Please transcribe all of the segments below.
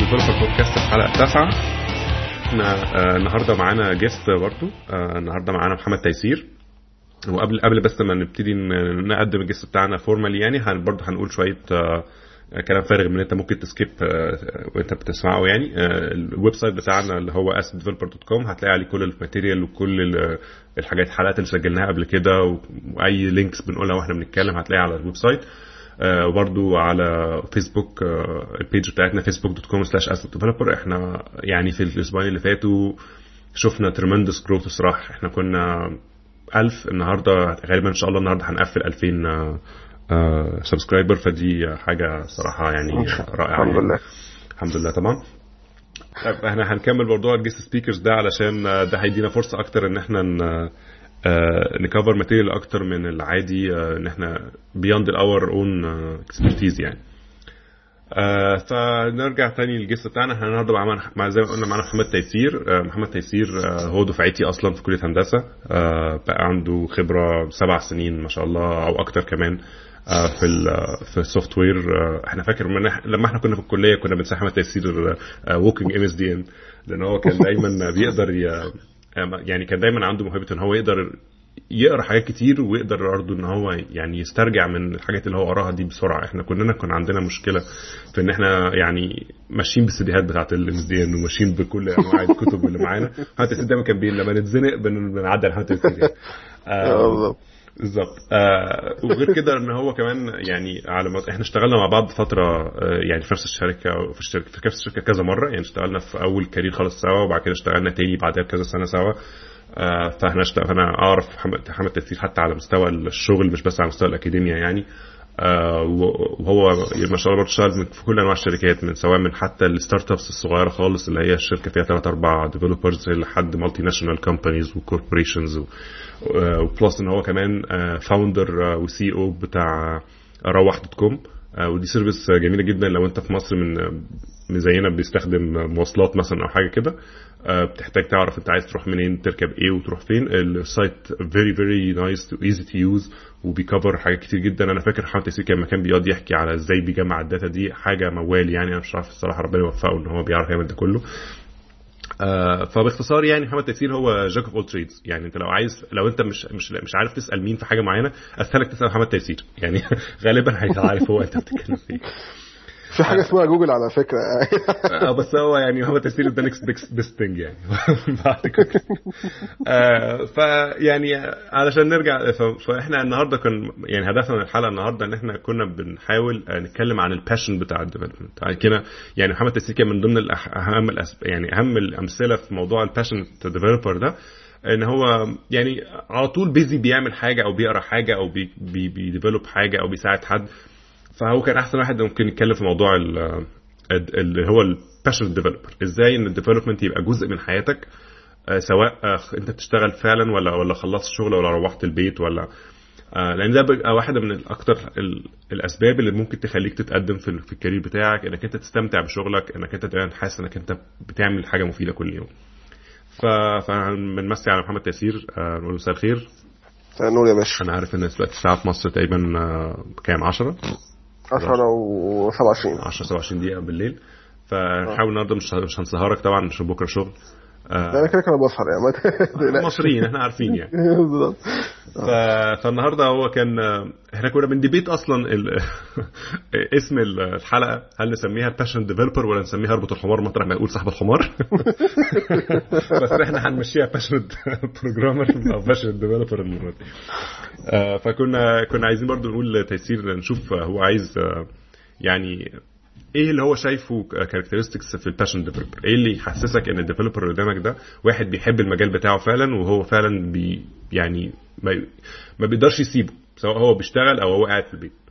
ديفلوبر بودكاست الحلقة 9. احنا النهارده معانا جيست برضو. النهارده معانا محمد تيسير. وقبل بس ما نبتدي نقدم الجيست بتاعنا فورمالي، يعني برضو هنقول شوية كلام فارغ من انت ممكن تسكيب وانت بتسمعه. يعني الويب سايت بتاعنا اللي هو assetdeveloper.com هتلاقي عليه كل الماتيريال وكل الحاجات، الحلقات اللي سجلناها قبل كده، واي لينكس بنقولها واحنا بنتكلم هتلاقيها على الويب سايت. وبرضو على فيسبوك البيج بتاعتنا facebook.com/assetdeveloper. احنا يعني في الاسبوعين اللي فاتوا شفنا tremendous growth الصراحة. احنا كنا 1000، النهاردة غالبا ان شاء الله النهاردة هنقفل 2000 سبسكرايبر، فدي حاجة صراحة يعني رائعة. الحمد لله. الحمد لله طبعا. احنا هنكمل موضوع الجيست سبيكرز ده علشان ده هيدينا فرصة اكتر ان احنا نكفر ماتيريال اكتر من العادي، ان احنا beyond our own expertise يعني. فنرجع تاني للجيست بتاعنا. احنا النهارده مع زي ما قلنا معانا محمد تيسير. محمد تيسير هو دفعتي اصلا في كلية هندسة. بقى عنده خبرة 7 سنين ما شاء الله او اكتر كمان في السوفت وير. احنا فاكر لما احنا كنا في الكلية كنا بنسمي محمد تيسير walking MSDN، لان هو كان دايما بيقدر يعني كان دايما عنده موهبة ان هو يقدر يقرا حاجات كتير، ويقدر برضه ان هو يعني يسترجع من الحاجات اللي هو قراها دي بسرعه. احنا كنا عندنا مشكله في ان احنا يعني ماشيين بالسيديهات بتاعه الامتحان وماشيين بكل انواع الكتب اللي معانا. حتى دايما كان لما نتزنق بنعدي على حتى السيديهات. بالظبط. وغير كده ان هو كمان يعني على ما احنا اشتغلنا مع بعض فتره، يعني في نفس الشركه في نفس الشركه كذا مره. يعني اشتغلنا في اول كارير خالص سوا، وبعد كده اشتغلنا تاني بعدها بكذا سنه سوا. فانا اعرف محمد تيسير حتى على مستوى الشغل مش بس على مستوى الاكاديميا يعني. وهو ما شاء الله برضه اشتغل في كل انواع الشركات، من سواء من حتى الستارت ابس الصغيره خالص اللي هي الشركه فيها 3-4 ديفلوبرز لحد مالتي ناشونال كومبانيز وكوربوريشنز، وبلس ان هو كمان فاوندر وسي او بتاع روح.com. ودي سيرفيس جميله جدا لو انت في مصر من زينا بيستخدم مواصلات مثلا او حاجه كده، بتحتاج تعرف انت عايز تروح منين، تركب ايه، وتروح فين. السايت very very nice easy to use، وبيكفر حاجات كتير جدا. انا فاكر محمد تيسير كان مكان بيقعد يحكي على ازاي بيجمع الداتا دي، حاجه موال يعني. انا مش عارف الصراحه، ربنا يوفقه ان هو بيعرف يعمل ده كله. فباختصار يعني محمد تيسير هو جاك اوف اول تريدز. يعني انت لو انت مش عارف تسال مين في حاجه معينه، اسهلك تسال محمد تيسير يعني. غالبا هيعرف هو انت بتتكلم فيه. في حاجه اسمها جوجل على فكره. بس هو يعني محمد تيسير ده نيكست بيست ثينج يعني بعد كده. فيعني علشان نرجع، فاحنا النهارده كان يعني هدفنا من الحلقه النهارده ان احنا كنا بنحاول نتكلم عن الباشن بتاع الديفلوبمنت. كده يعني محمد تيسير كان من ضمن اهم الامثله في موضوع الباشن ديفلوبر ده، ان هو يعني على طول بيزي بيعمل حاجه او بيقرا حاجه او بيديفلوب حاجه او بيساعد حد. فهو كان احسن واحد ممكن يتكلم في موضوع اللي هو الباشن ديفلوبر. ازاي ان الديفلوبمنت يبقى جزء من حياتك، سواء انت بتشتغل فعلا ولا خلصت الشغل ولا روحت البيت ولا لان ده بيبقى واحده من اكتر الاسباب اللي ممكن تخليك تتقدم في الكارير بتاعك، انك انت تستمتع بشغلك، انك انت حاسس انك انت بتعمل حاجه مفيده كل يوم. فبنمسي على محمد تيسير، نقول مساء الخير. نور يا باشا. انا عارف ان دلوقتي الساعه في مصر تقريبا كام؟ 10 10-27 دقيقة بالليل. فنحاول النهارده مش هنسهرك طبعا عشان بكره شغل. انا كده بسهر يعني مصريين احنا عارفين يعني. فالنهارده هو كان احنا كنا بنديبيت اصلا اسم الحلقه، هل نسميها باشن ديفلوبر ولا نسميها اربط الحمار مطرح ما يقول صاحب الحمار. بس احنا هنمشيها باشن بروجرامر او باشن ديفلوبر المره دي. فكنا عايزين برضو نقول تيسير، نشوف هو عايز يعني ايه اللي هو شايفه كاركترستكس في الباشن ديفلوبر، ايه اللي يحسسك ان الديفلوبر اللي قدامك ده واحد بيحب المجال بتاعه فعلا، وهو فعلا يعني ما بيقدرش يسيبه سواء هو بيشتغل او هو قاعد في البيت.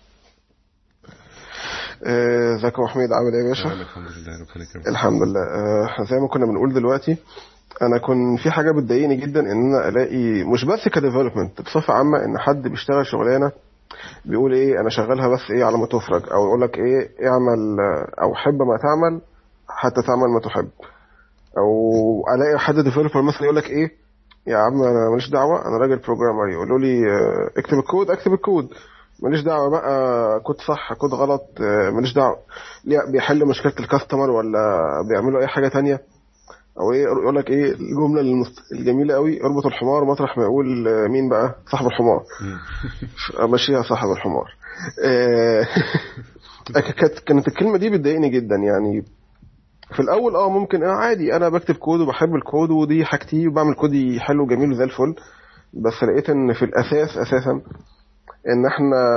ازيك يا حميد، عامل ايه يا باشا؟ الحمد لله ربنا يكرمك. الحمد لله. زي ما كنا بنقول دلوقتي، انا كنت في حاجه بتضايقني جدا ان انا الاقي مش بس كديفلوبمنت بصفه عامه ان حد بيشتغل شغلانه بيقول ايه انا شغالها بس ايه على ما تفرج، او يقول لك ايه اعمل او حب ما تعمل حتى تعمل ما تحب. او الاقي حد ديفلوبر مثلا يقول لك يا عم انا ماليش دعوه، انا راجل بروجرامر، يقولوا لي اكتب الكود ماليش دعوه بقى كود صح كود غلط، ماليش دعوه. بيحل مشكله الكاستمر ولا بيعملوا اي حاجه تانية، او ايه يقول لك ايه الجمله الجميله قوي، اربط الحمار مطرح ما يقول مين بقى صاحب الحمار. ماشيها صاحب الحمار. كانت الكلمه دي بتضايقني جدا يعني. في الاول ممكن عادي انا بكتب كود وبحب الكود ودي حاجتي وبعمل كود حلو جميل وزي الفل، بس لقيت ان في الاساس اساسا ان احنا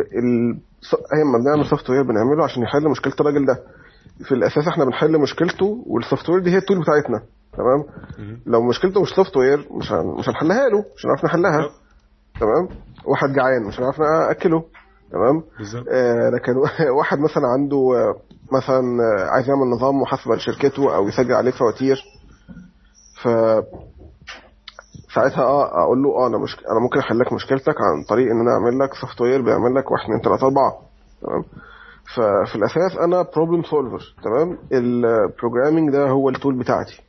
اي ما بنعمل سوفت وير بنعمله عشان يحل مشكله الراجل ده. في الاساس احنا بنحل مشكلته، والسوفت وير دي هي التول بتاعتنا. تمام. لو مشكلته مش سوفت وير مش هنحلها له، مش هنعرف نحلها. تمام. واحد جعان مش هنعرف ناكله. تمام. لكن واحد مثلا عنده مثلا عايز يعمل نظام محاسبه لشركته او يسجل عليه فواتير، ف ساعتها اقول له انا ممكن احل لك مشكلتك عن طريق ان انا اعمل لك سوفت وير بيعمل لك 1 2 3 4. تمام. ففي الاساس انا بروبلم سولفر. تمام. البروجرامينج ده هو التول بتاعتي،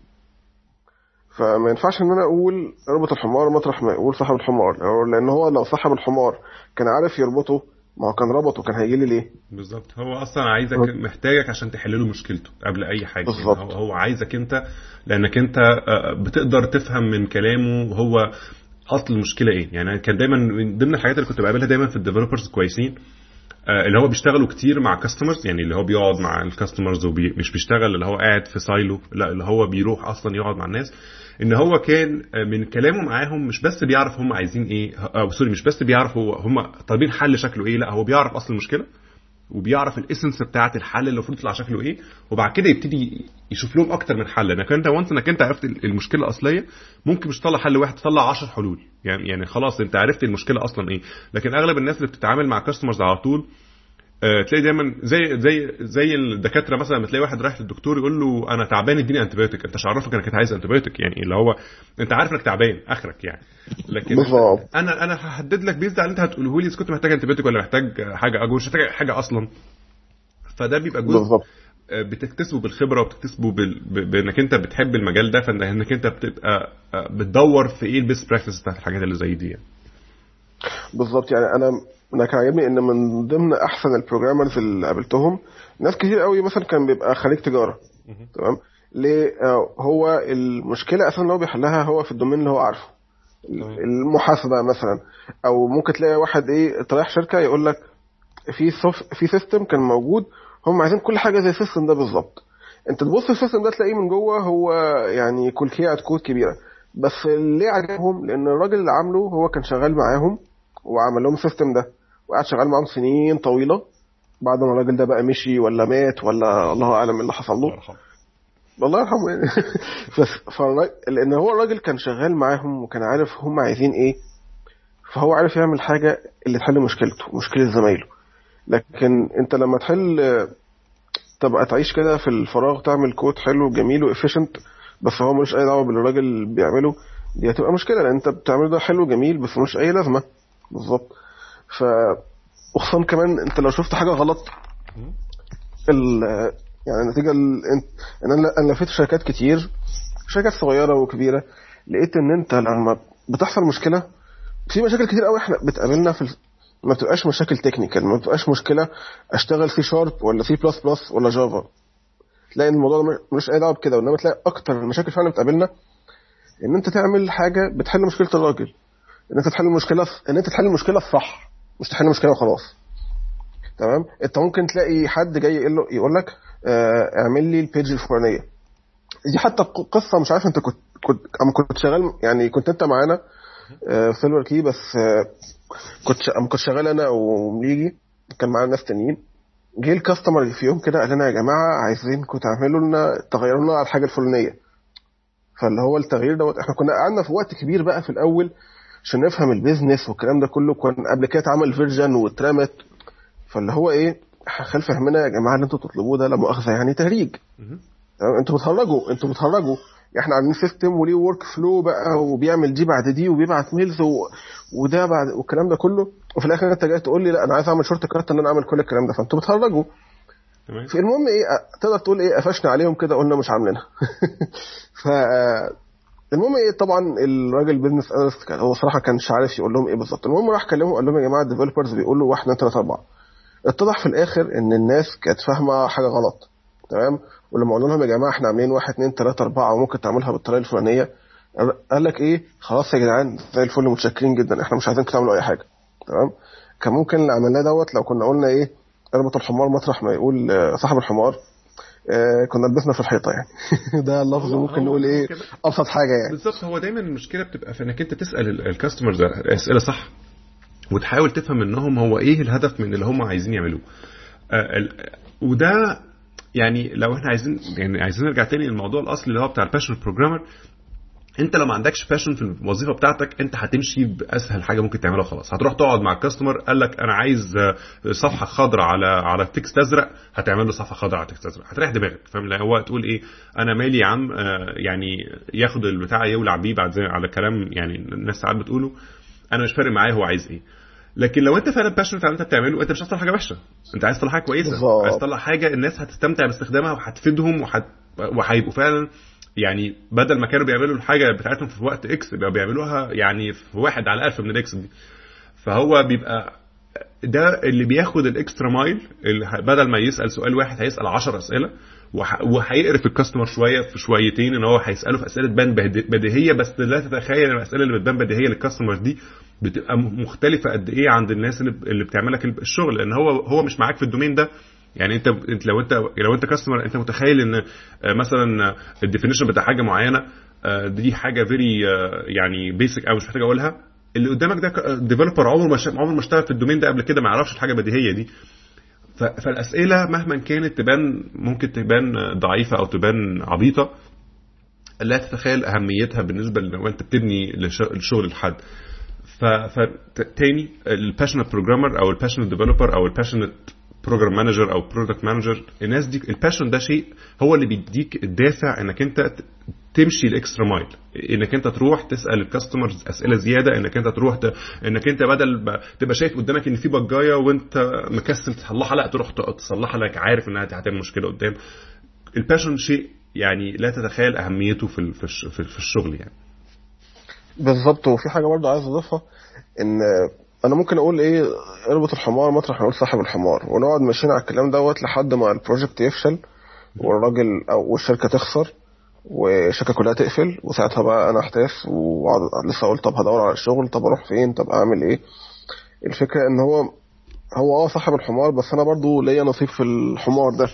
فما ينفعش ان انا اقول اربط الحمار مطرح ما يقول صاحب الحمار، لان هو لو صاحب الحمار كان عارف يربطه ما هو كان ربطه، كان هيجي لي ليه؟ بالظبط. هو اصلا عايزك محتاجك عشان تحل له مشكلته قبل اي حاجه. يعني هو عايزك انت، لانك انت بتقدر تفهم من كلامه هو اصل المشكله ايه. يعني كان دايما من ضمن الحاجات اللي كنت بقابلها دايما في الديفلوبرز كويسين اللي هو بيشتغلوا كتير مع كاستمرز، يعني اللي هو بيقعد مع الكاستمرز ومش بيشتغل اللي هو قاعد في سايلو، لا اللي هو بيروح اصلا يقعد مع الناس. ان هو كان من كلامه معاهم مش بس بيعرف هم عايزين ايه، او سوري مش بس بيعرف هم طالبين حل شكله ايه، لا هو بيعرف اصل المشكله وبيعرف الاسنس بتاعه الحل اللي المفروض يطلع شكله ايه، وبعد كده يبتدي يشوف لهم اكتر من حل. لانك انت وانس انك انت عرفت المشكله الاصليه ممكن مش تطلع حل واحد، تطلع 10 حلول. يعني خلاص انت عرفت المشكله اصلا ايه. لكن اغلب الناس اللي بتتعامل مع كاستمرز على طول تلاقي دايما زي الدكاتره مثلا لما تلاقي واحد رايح للدكتور يقول له انا تعبان اديني انتبيوتيك، انت مش عارفك انك عايز انتبيوتيك، يعني اللي هو انت عارف انك تعبان اخرك يعني. لكن انا هحدد لك بيزد على اللي انت هتقوله لي اذا كنت محتاج انتبيوتيك ولا محتاج حاجه، مش محتاج حاجه اصلا. فده بيبقى جزء بتكتسبه بالخبره وبتكتسبه بانك انت بتحب المجال ده، فانك انت بتبقى بتدور في ايه البيست براكتس بتاعت الحاجات اللي زي دي يعني. بالظبط. يعني انا كان عاجبني ان من ضمن احسن البروجرامرز اللي قابلتهم ناس كتير قوي مثلا كان بيبقى خريج تجاره. تمام. ليه؟ هو المشكله اساسا اللي هو بيحلها هو في الدومين اللي هو عارفه، المحاسبه مثلا. او ممكن تلاقي واحد طالع شركه يقول لك في سيستم كان موجود هم عايزين كل حاجه زي السيستم ده بالظبط. انت تبص السيستم ده تلاقيه من جوه هو يعني كلكيه كود كبيره، بس اللي عجبهم لان الراجل اللي عامله هو كان شغال معاهم وعمل لهم السيستم ده وقعد شغال معاهم سنين طويله. بعد ما الراجل ده بقى مشي ولا مات ولا الله اعلم ايه اللي حصل له، الله يرحمه يعني. لان هو الراجل كان شغال معاهم وكان عارف هم عايزين ايه، فهو عارف يعمل حاجه اللي تحل مشكلته مشكله زمايله. لكن انت لما تبقى تعيش كده في الفراغ تعمل كود حلو جميل وإفيشنت بس هو ملوش اي دعوه بالراجل اللي بيعمله، دي هتبقى مشكله. لان انت بتعمله ده حلو جميل بس ملوش اي لازمه. بالظبط. وخصوصا كمان انت لو شفت حاجه غلط يعني النتيجه انا لفيت شركات كتير، شركات صغيره وكبيره، لقيت ان انت لما بتحصل مشكله، في مشاكل كتير قوي احنا بتقابلنا ما بتبقاش مشاكل تكنيكال، ما بتبقاش مشكله اشتغل سي شارب ولا سي بلس بلس ولا جافا، تلاقي الموضوع ملوش اي دعوه بكده. وانما تلاقي اكتر المشاكل فعلا بتقابلنا ان انت تعمل حاجه بتحل مشكله الراجل، ان انت تحل المشكله الصح، مش تحل مشكله وخلاص. تمام. انت ممكن تلاقي حد جاي يقول لك اعمل لي البيج الفلانيه دي، حتى قصه مش عارف انت كنت شغال يعني كنت انت معانا سيلفر كي، بس كنت شغال انا ومليجي كان معانا ناس تانيين. جه الكاستمر في يوم كده قال لنا يا جماعه عايزينكم تعملوا لنا تغيروا لنا على الحاجه الفلانيه. فاللي هو التغيير دوت احنا كنا قعدنا في وقت كبير بقى في الاول عشان نفهم البيزنس والكلام ده كله، كان قبل كده اتعمل فيرجن واترمت. فاللي هو خلف فهمنا يا جماعه اللي انتوا تطلبوه ده لا مؤاخذه يعني تهريج. انتوا بتهرجوا احنا عاملين سيستم وليه ورك فلو بقى وبيعمل دي بعد دي وبيبعت ميلز وده بعد والكلام ده كله، وفي الاخر انت جاي تقول لي لا انا عايز اعمل شورت كات ان انا اعمل كل الكلام ده، فانتوا بتهرجوا. في المهم تقدر تقول قفشنا عليهم كده قلنا مش عاملينها. ف المهم ايه، طبعا الراجل بيزنس اناليست كان هو صراحه كانش عارف يقول لهم ايه بالظبط. المهم راح كلمهم قال لهم يا جماعه الديفلوبرز بيقولوا 1 2 3 4. اتضح في الاخر ان الناس كانت فاهمه حاجه غلط. تمام. ولما قلنا لهم يا جماعه احنا عاملين 1 2 3 4 وممكن تعملها بالطريقه الفلانيه، قال لك ايه خلاص يا جدعان زي الفل متشكرين جدا احنا مش عايزينكم تعملوا اي حاجه. تمام. كان ممكن اللي عملناه دوت لو كنا قلنا ايه اربط الحمار مطرح ما يقول صاحب الحمار، كنا لبسنا في الحيطه يعني. ده اللفظ ممكن نقول ايه ابسط حاجه يعني. بالظبط. هو دايما المشكله بتبقى في انك انت تسال الكاستمرز اسئله صح، وتحاول تفهم منهم هو ايه الهدف من اللي هم عايزين يعملوه. وده يعني لو احنا عايزين نرجع تاني للموضوع الاصلي اللي هو بتاع الباشن بروجرامر. انت لو ما عندكش باشن في الوظيفه بتاعتك انت هتمشي باسهل حاجه ممكن تعملها خلاص. هتروح تقعد مع الكاستمر قال لك انا عايز صفحه خضراء على تكست ازرق، هتعمل له صفحه خضراء على تكست ازرق، هتريح دماغك. فاهم؟ لا هو تقول ايه انا مالي يا عم، يعني ياخد البتاع يولع بيه بعد زي على كلام يعني الناس ساعات بتقوله، انا مش فارق معايا هو عايز ايه. لكن لو انت فعلا باشنت على اللي انت بتعمله، انت مش عايز تطلع حاجه وحشه، انت عايز تطلع حاجه كويسه بالظبط. عايز تطلع حاجه الناس هتستمتع باستخدامها وهتفيدهم وهيبقوا فعلا يعني بدل ما كانوا بيعملوا الحاجه بتاعتهم في وقت اكس بقوا بيعملوها يعني في 1 على 1000 من الاكس دي. فهو بيبقى ده اللي بياخد الاكسترا مايل، اللي بدل ما يسال سؤال واحد هيسال 10 اسئله، وهيقرف الكاستمر شويه في شويتين ان هو هيساله في اسئله تبان بديهيه. بس لا تتخيل ان الاسئله اللي بتبان بديهيه للكاستمر دي بتبقى مختلفه قد ايه عند الناس اللي بتعمل لك الشغل، لان هو مش معاك في الدومين ده. يعني انت لو انت كاستمر انت متخيل ان مثلا الديفينيشن بتاع حاجه معينه دي حاجه فيري يعني بيسك او مش محتاج اقولها. اللي قدامك ده ديفلوبر عمره ما اشتغل في الدومين ده قبل كده، ما يعرفش الحاجه بديهيه دي. فالاسئله مهما كانت ممكن تبان ضعيفه او تبان عبيطه، لا تتخيل اهميتها بالنسبه لو انت بتبني الشغل لحد. فتاني الباشنت بروجرامر او الباشنت ديفلوبر او الباشنت بروجرام مانجر او برودكت مانجر، الناس دي الباشن ده شيء هو اللي بيديك الدافع انك انت تمشي الاكسترا مايل، انك انت تروح تسال الكاستمرز اسئله زياده، انك انت تروح انك انت بدل تبقى شايف قدامك ان في بجايه وانت مكسل تصلحها، لا تروح تصلحها لك عارف انها هتعمل مشكله قدام. الباشن شيء يعني لا تتخيل اهميته في الشغل يعني. بالظبط. وفي حاجه برضه عايز اضيفها، ان انا ممكن اقول ايه اربط الحمار مطرح ما يقول صاحب الحمار، ونقعد ماشيين على الكلام دوت لحد ما البروجكت يفشل والراجل او الشركه تخسر والشركه كلها تقفل، وساعتها بقى انا احتاس واقعد لسه اقول طب هدور على الشغل، طب اروح فين، طب اعمل ايه. الفكره ان هو صاحب الحمار، بس انا برضو ليا نصيب في الحمار ده.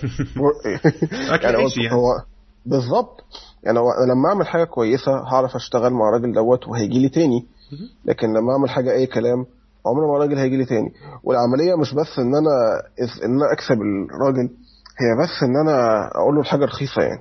يعني هو بالظبط. يعني انا لما اعمل حاجه كويسه هعرف اشتغل مع الراجل دوت وهيجي لي تاني، لكن لما اعمل حاجه اي كلام عمره ما الراجل هيجي لي تاني. والعمليه مش بس ان انا اكسب الراجل، هي بس ان انا اقول له الحاجه رخيصه. يعني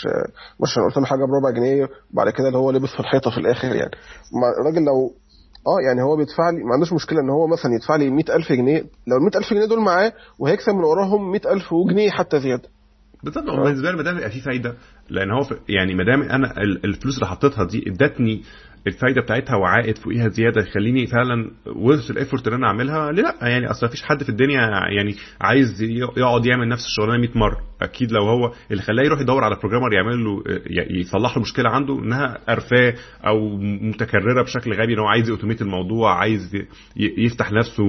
مش انا قلت له حاجه بربع جنيه وبعد كده اللي هو لبس في الحيطه في الاخر. يعني الراجل لو يعني هو بيدفع لي، ما عندوش مشكله ان هو مثلا يدفع لي 100,000 جنيه، لو ال 100,000 جنيه دول معاه وهيكسب من وراهم 100,000 جنيه حتى زياده. بالظبط. بالنسبه لي ما دام يبقى في فايده، لان هو يعني ما دام انا الفلوس اللي حطيتها دي ادتني الفايده بتاعتها وعائد فوقيها زياده يخليني فعلا ورث الايفورت اللي انا اعملها، لا يعني اصلا مفيش حد في الدنيا يعني عايز يقعد يعمل نفس الشغلانه 100 مره. اكيد لو هو اللي خلاه يروح يدور على بروجرامر يعمل له يصلح له مشكله عنده انها قرفاه او متكرره بشكل غبي، ان هو عايز يوتوميت الموضوع، عايز يفتح نفسه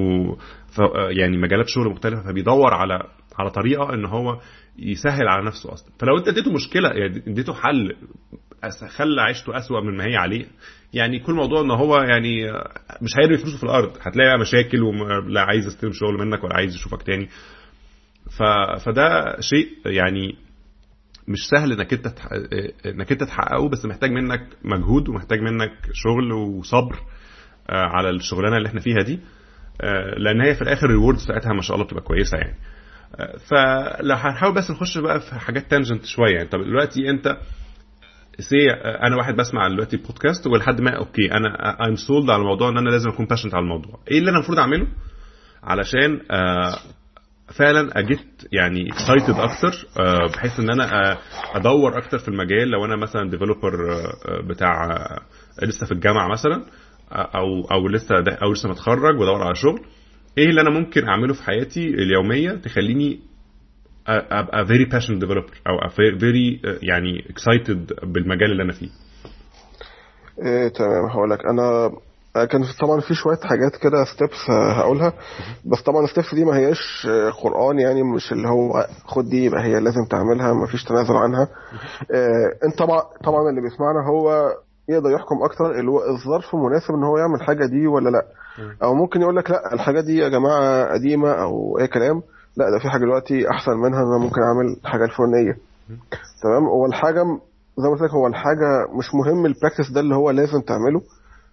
يعني مجالات شغل مختلفه، فبيدور على طريقه ان هو يسهل على نفسه اصلا. فلو انت اديته مشكله يعني اديته حل خلى عيشته اسوأ من ما هي عليه، يعني كل موضوع ان هو يعني مش هيرمي فلوسه في الارض، هتلاقي مشاكل ولا عايز يستلم شغل منك ولا عايز يشوفك تاني. فده شيء يعني مش سهل انك انت تحققه، بس محتاج منك مجهود ومحتاج منك شغل وصبر على الشغلانه اللي احنا فيها دي، لان هي في الاخر الريورد ساعتها ما شاء الله بتبقى كويسه يعني. فلو هنحاول بس نخش بقى في حاجات تانجنت شويه يعني. طب دلوقتي انت انا واحد بسمع دلوقتي بودكاست ولحد ما اوكي انا I'm sold على الموضوع ان انا لازم اكون passionate على الموضوع، ايه اللي انا المفروض اعمله علشان فعلا اجيت يعني excited اكتر، بحيث ان انا ادور اكتر في المجال. لو انا مثلا ديفلوبر بتاع لسه في الجامعه مثلا او لسه متخرج وادور على شغل، ايه اللي انا ممكن اعمله في حياتي اليوميه تخليني ابقى very passionate developer او very يعني excited بالمجال اللي انا فيه. تمام. هقول لك انا كان طبعا في شويه حاجات كده ستيبس هقولها، بس طبعا الستيبس دي ما هياش قرآن، يعني مش اللي هو خد دي يبقى هي لازم تعملها، ما فيش تنازل عنها. انت طبعا اللي بيسمعنا هو يقدر يحكم اكتر الظرف مناسب ان هو يعمل الحاجه دي ولا لا. او ممكن يقول لك لا الحاجه دي يا جماعه قديمه او اي كلام، لا ده في حاجه دلوقتي احسن منها، انا ممكن اعمل الحاجه الفلانيه. تمام. هو الحاجه زي ما قلت لك، هو الحاجه مش مهم البراكتس ده اللي هو لازم تعمله،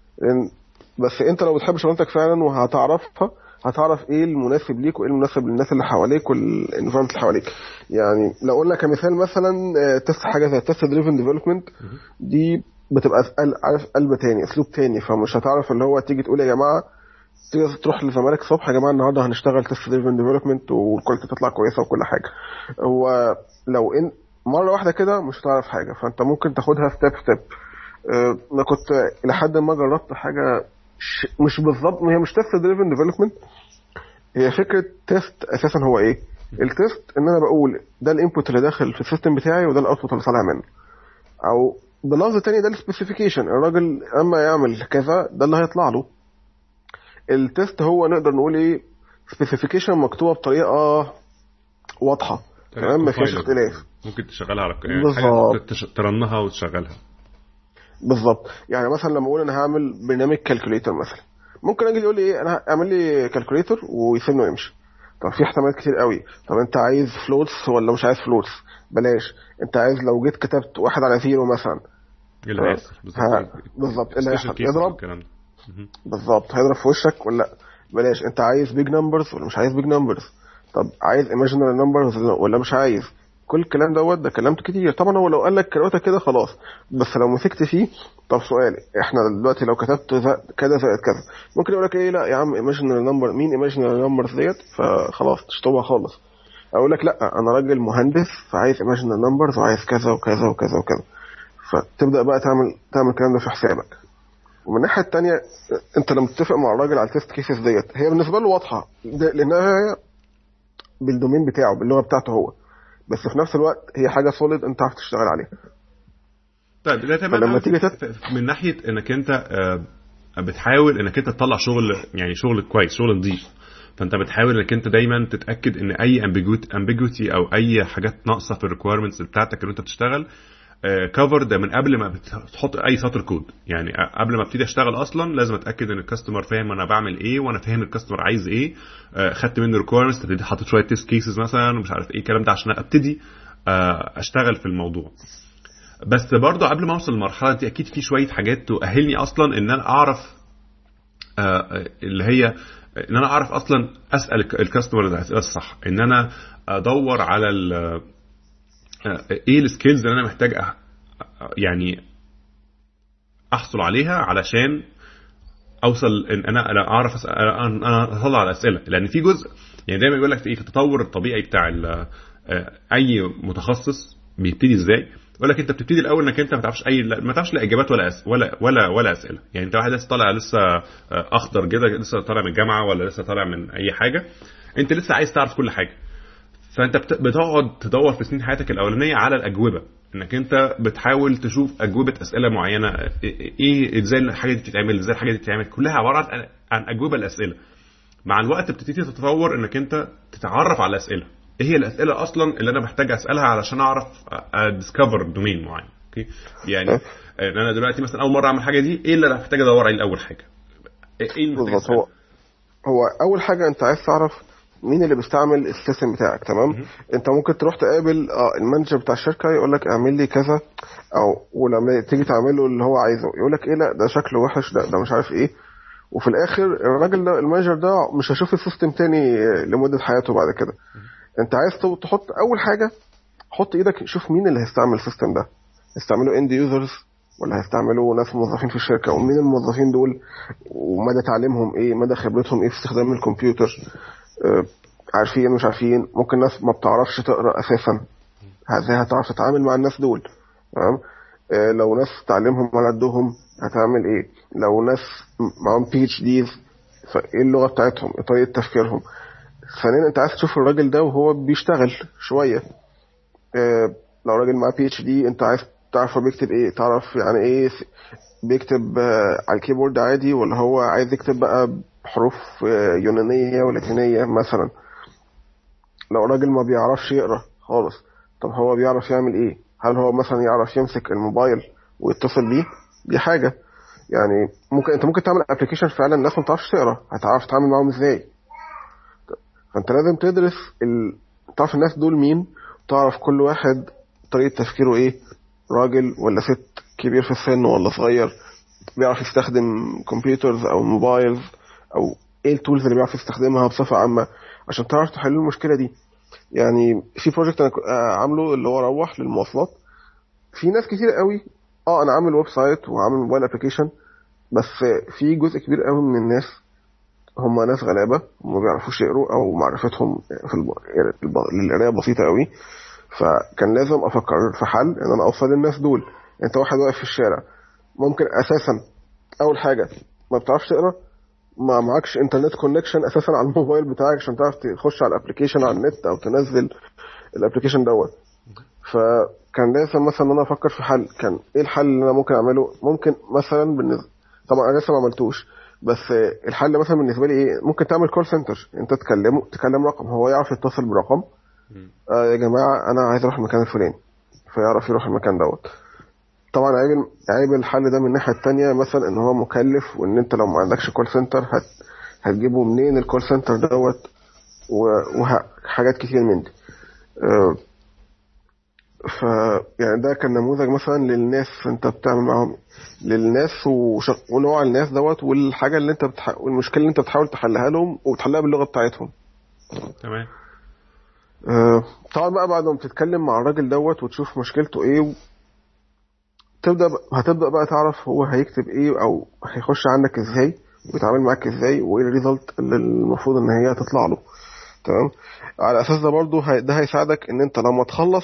بس انت لو بتحب شغلتك فعلا وهتعرفها، هتعرف ايه المناسب ليك وايه المناسب للناس اللي حواليك والانفايرمنت اللي حواليك. يعني لو قلنا كمثال مثلا تست حاجه زي تست دريفن ديفلوبمنت، دي بتبقى عارف قلب تاني، اسلوب تاني، فمش هتعرف اللي هو تيجي تقول يا جماعه، تيجي تروح لزمالك الصبح يا جماعه النهارده هنشتغل تست دريفن ديفلوبمنت والكواليتي تطلع كويسه وكل حاجه. هو لو ان مره واحده كده مش هتعرف حاجه، فانت ممكن تاخدها ستيب ستيب. انا كنت لحد ما جربت حاجه مش بالظبط، هي مش تيست دريفن ديفلوبمنت، هي فكره تيست اساسا. هو ايه التيست؟ ان انا بقول ده الانبوت اللي داخل في السيستم بتاعي وده الاوتبوت اللي طالع منه، او بلفظ تاني ده السبيسيفيكيشن، الراجل اما يعمل كذا ده اللي هيطلع له. التيست هو نقدر نقول ايه، سبيسيفيكيشن مكتوبه بطريقه واضحه، تمام، ما فيهاش اختلاف. ممكن تشغلها على يعني حاجه ترنها وتشغلها بالظبط. يعني مثلا لما اقول انا هعمل برنامج كالكوليتر مثلا، ممكن اجي يقول لي ايه، انا اعمل لي كالكوليتر ويسيبني ويمشي. طب في احتمالات كتير قوي. طب انت عايز فلوتس ولا مش عايز فلوتس؟ بلاش. انت عايز لو جيت كتبت 1 على 0 مثلا، ايه اللي هيحصل بالظبط؟ اللي هيحصل يضرب، بالظبط هيضرب في وشك ولا لا؟ بلاش. انت عايز بيج نمبرز ولا مش عايز بيج نمبرز؟ طب عايز ايماجينري نمبرز ولا مش عايز؟ كل الكلام ده كلامته كتير طبعا. هو لو قال لك كروته كده خلاص، بس لو مسكت فيه، طب سؤال، احنا دلوقتي لو كتبت كذا زائد كذا، ممكن يقول لك ايه، لا يا عم ايماجينري نمبر مين؟ ايماجينري نمبرز ديت فخلاص تشطبها خالص. اقول لك لا انا راجل مهندس فعايز ايماجينري نمبرز وعايز كذا وكذا وكذا وكذا، فتبدا بقى تعمل الكلام ده في حسابك. ومن الناحيه الثانيه، انت لما تتفق مع الراجل على التست كيسز ديت، هي بالنسبه له واضحه لانها بالدومين بتاعه باللغه بتاعته هو، بس في نفس الوقت هي حاجه سوليد انت عارف تشتغل عليها. طيب ده تمام. من ناحيه انك انت بتحاول انك انت تطلع شغل، يعني شغل كويس، شغل نظيف، فانت بتحاول انك انت دايما تتاكد ان اي ambiguity او اي حاجات ناقصه في الريكويرمنتس بتاعتك اللي انت بتشتغل كفر ده من قبل ما بتحط اي سطر كود. يعني قبل ما ابتدي اشتغل اصلا لازم اتاكد ان الكاستمر فاهم انا بعمل ايه، وانا فاهم الكاستمر عايز ايه، خدت منه ريكويرمنتس، ابتدي حاطط شويه تيست كيسز مثلا ومش عارف ايه الكلام ده عشان ابتدي اشتغل في الموضوع. بس برضه قبل ما اوصل للمرحله دي اكيد في شويه حاجات تؤهلني اصلا ان انا اعرف اللي هي ان انا اعرف اصلا اسال الكاستمر ده الصح، ان انا ادور على ايه السكيلز اللي انا محتاج يعني احصل عليها علشان اوصل ان انا اعرف انا اطلع على الاسئله. لان في جزء يعني دايما يقول لك في التطور الطبيعي بتاع اي متخصص بيبتدي ازاي. يقول لك انت بتبتدي الاول انك انت ما تعرفش لا اجابات ولا اسئله. يعني انت واحد لسه طالع لسه اخضر كده، لسه طالع من الجامعه ولا لسه طالع من اي حاجه، انت لسه عايز تعرف كل حاجه. فانت بتقعد تدور في سنين حياتك الاولانيه على الاجوبه، انك انت بتحاول تشوف اجوبه اسئله معينه، ايه ازاي الحاجه دي بتتعمل، ازاي الحاجه دي بتتعمل، كلها عباره عن اجوبه الاسئله. مع الوقت بتبتدي تتطور انك انت تتعرف على الاسئله، ايه هي الاسئله اصلا اللي انا محتاج اسالها علشان اعرف اديسكفر دومين معين. اوكي، يعني انا دلوقتي مثلا اول مره اعمل حاجه دي، ايه اللي انا محتاج ادور عليه الاول حاجه؟ ايه بالظبط؟ هو اول حاجه انت عايز تعرف مين اللي بيستعمل السيستم بتاعك. تمام. انت ممكن تروح تقابل المانجر بتاع الشركه يقول لك اعمل لي كذا، او ولما تيجي تعمله اللي هو عايزه يقول لك ايه، لا ده شكله وحش، ده مش عارف ايه. وفي الاخر الراجل ده المانجر ده مش هيشوف السيستم تاني لمده حياته بعد كده. انت عايز تحط اول حاجه، حط ايدك شوف مين اللي هيستعمل السيستم ده، هيستعملوا اند يوزرز ولا هيستعملوا ناس موظفين في الشركه، ومين الموظفين دول ومدى تعليمهم ايه، مدى خبرتهم ايه في استخدام الكمبيوتر، عارفين مش عارفين. ممكن ناس ما بتعرفش تقرا اساسا، ازاي هتعرف تتعامل مع الناس دول؟ تمام. لو ناس تعليمهم على قدهم هتعمل ايه؟ لو ناس معاهم PhDs فايه اللغه بتاعتهم، ايه طريقه تفكيرهم؟ ثانيا انت عايز تشوف الراجل ده وهو بيشتغل شويه. لو راجل معاه PhD انت عايز تعرف هو بيكتب ايه، تعرف يعني ايه بيكتب على الكيبورد عادي ولا هو عايز يكتب بقى بحروف يونانية ولاتينية مثلا. لو راجل ما بيعرفش يقرأ خالص، طب هو بيعرف يعمل ايه؟ هل هو مثلا يعرف يمسك الموبايل ويتصل بيه؟ دي حاجة. يعني انت ممكن تعمل ابلكيشن فعلا الناس ما بتعرفش تقرأ، هتعرف تتعامل معاهم ازاي؟ فانت لازم تدرس تعرف الناس دول مين، تعرف كل واحد طريقة تفكيره ايه، راجل ولا ست، كبير في السن ولا صغير، بيعرف يستخدم كمبيوترز او موبايلز، او ايه التولز اللي بيعرف يستخدمها بصفة عامة عشان تعرف تحل المشكلة دي. يعني في بروجكت انا عامله اللي هو روح للمواصلات. في ناس كتير قوي انا عامل ويب سايت وعامل موبايل ابلكيشن، بس في جزء كبير قوي من الناس هم ناس غلابة وما بيعرفوش يقروا او معرفتهم للقرايه بسيطة قوي. فكان لازم افكر في حل ان انا اوصل للناس دول. انت واحد واقف في الشارع ممكن اساسا اول حاجة ما بتعرفش تقرا، ما معكش انترنت كونكشن اساسا على الموبايل بتاعك عشان تعرف تخش على الابلكيشن على النت او تنزل الابلكيشن دوت. فكان لازم مثلا ان انا افكر في حل. كان ايه الحل اللي انا ممكن اعمله؟ ممكن مثلا طبعا انا لسه ما عملتوش، بس الحل مثلا بالنسبه لي ايه، ممكن تعمل كول سنتر، انت تكلم رقم هو يعرف يتصل برقم يا جماعه انا عايز اروح المكان الفلاني، فيعرف يروح المكان دوت. طبعا عيب الحل ده من الناحيه التانية مثلا ان هو مكلف، وان انت لو ما عندكش كول سنتر هتجيبه منين الكول سنتر دوت، وحاجات كتير من دي. ف يعني ده كان نموذج مثلا للناس انت بتعمل معاهم، للناس ونوع الناس دوت، والحاجه اللي انت والمشكله اللي انت بتحاول تحلها لهم وبتحلها باللغه بتاعتهم. تمام. طبعا بقى بعد ما بتتكلم مع الراجل دوت وتشوف مشكلته ايه، هتبدا بقى تعرف هو هيكتب ايه او هيخش عندك ازاي ويتعامل معاك ازاي، وايه الريزلت اللي المفروض ان هي تطلع له. تمام. على اساس ده برضو ده هيساعدك ان انت لما تخلص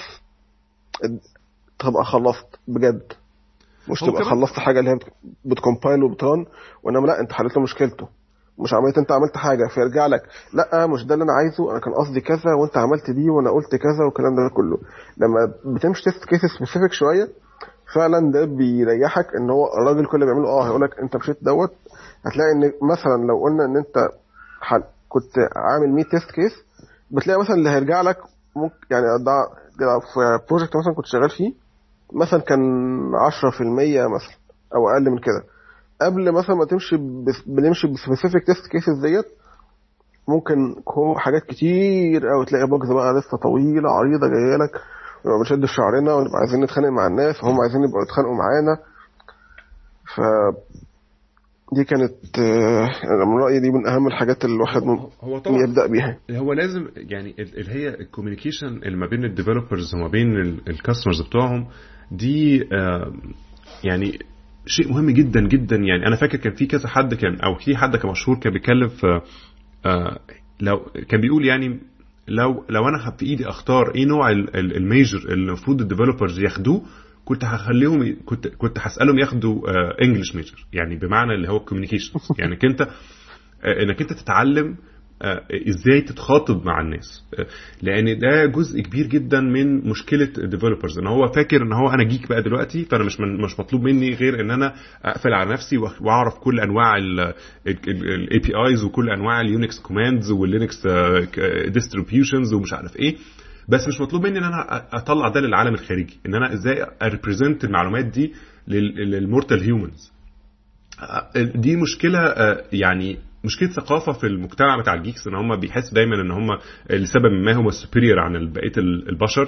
تبقى خلصت بجد، مش تبقى خلصت حاجه اللي هي بتكمبايل وبتران، وانما لا انت حلت له مشكلته، مش انت عملت حاجه فيرجع لك لا مش ده اللي انا عايزه، انا كان قصدي كذا وانت عملت دي وانا قلت كذا والكلام ده كله. لما بتمشي تيست كيس سبيسيفيك شويه فعلا ده بيريحك، ان هو الراجل كل اللي بيعمله هيقول لك انت مشيت دوت. هتلاقي ان مثلا لو قلنا ان انت كنت عامل 100 تيست كيس، بتلاقي مثلا اللي هيرجع لك ممكن يعني ده في بروجكت مثلا كنت شغال فيه مثلا كان 10% مثلا او اقل من كده. قبل مثلا ما بنمشي بسبيسيفيك تيست كيسز ديت ممكن حاجات كتير او تلاقي بوكس بقى لسه طويله عريضه جايه لك، ونبقى بنشد شعرنا ونبقى عايزين نتخانق مع الناس وهم عايزين يبقوا يتخانقوا معانا. ف دي كانت من رأيي دي من أهم الحاجات اللي الواحد هو طبعا يبدأ بيها. هو لازم يعني اللي هي الكوميونيكيشن اللي ما بين الديفلوبرز وما بين الكاستمرز بتوعهم دي يعني شيء مهم جدا جدا. يعني أنا فاكر كان في كذا حد أو في حد كان مشهور كان بيتكلم في لو كان بيقول يعني لو أنا في إيدي أختار إيه نوع الميجر اللي المفروض الديفلوبرز ياخدوه، كنت هخليهم كنت هسألهم ياخدوا انجلش ميجر، يعني بمعنى اللي هو كوميونيكيشن يعني انك انت تتعلم ازاي تتخاطب مع الناس، لان ده جزء كبير جدا من مشكله الديفلوبرز، ان هو فاكر ان هو انا جيك بقى دلوقتي، فانا مش مطلوب مني غير ان انا اقفل على نفسي واعرف كل انواع الاي بي ايز وكل انواع اليونكس كوماندز واللينكس ديستريبيوشنز ومش عارف ايه، بس مش مطلوب مني ان انا اطلع ده للعالم الخارجي، ان انا ازاي اريبريزنت المعلومات دي للمورتال هيومنز. دي مشكله يعني مشكله ثقافه في المجتمع بتاع الجيكس، ان هم بيحسوا دايما ان هم لسبب ما هم سوبيريور عن بقيه البشر.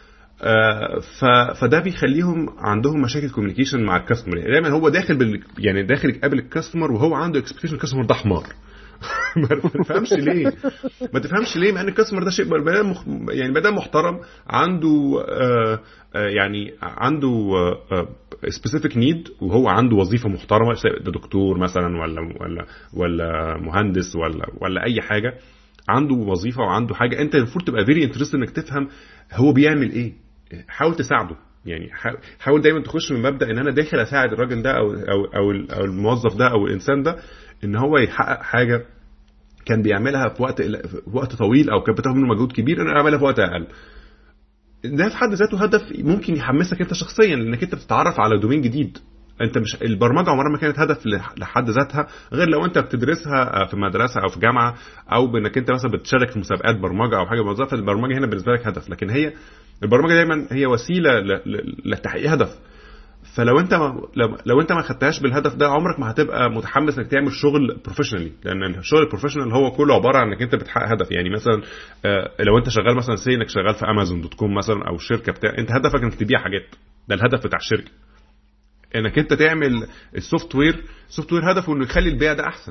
فده بيخليهم عندهم مشاكل كوميونيكيشن مع الكاستمر. يعني دايما هو داخل يعني داخل يقابل الكاستمر وهو عنده اكسبكتيشن الكاستمر ده حمار. ما تفهمش ليه مع ان الكاستمر ده شيء يعني بدل محترم، عنده يعني عنده سبيسيفيك نيد، وهو عنده وظيفه محترمه، ده دكتور مثلا ولا مهندس ولا اي حاجه، عنده وظيفه وعنده حاجه، انت المفروض تبقى فيري انترست انك تفهم هو بيعمل ايه، حاول تساعده. يعني حاول دايما تخش من مبدا ان انا داخل اساعد الراجل ده او الموظف ده او الانسان ده ان هو يحقق حاجه كان بيعملها في وقت طويل او كان بتاخد منه مجهود كبير، انا اعملها في وقت اقل. ده في حد ذاته هدف ممكن يحمسك انت شخصيا، لانك انت بتتعرف على دومين جديد. انت مش البرمجه عمرها ما كانت هدف لحد ذاتها غير لو انت بتدرسها في مدرسه او في جامعه، او بانك انت مثلا بتشارك في مسابقات برمجه او حاجه موظفه. البرمجه هنا بالنسبه لك هدف، لكن هي البرمجه دايما هي وسيله لتحقيق هدف. فلو انت لو انت ما خدتهاش بالهدف ده، عمرك ما هتبقى متحمس انك تعمل شغل بروفيشنالي، لان الشغل البروفيشنال هو كله عباره عن انك انت بتحقق هدف. يعني مثلا لو انت شغال مثلا انك شغال في امازون.com مثلا او الشركه بتاع، انت هدفك انك تبيع حاجات، ده الهدف بتاع الشركه. انك انت تعمل السوفت وير هدفه انه يخلي البيع ده احسن.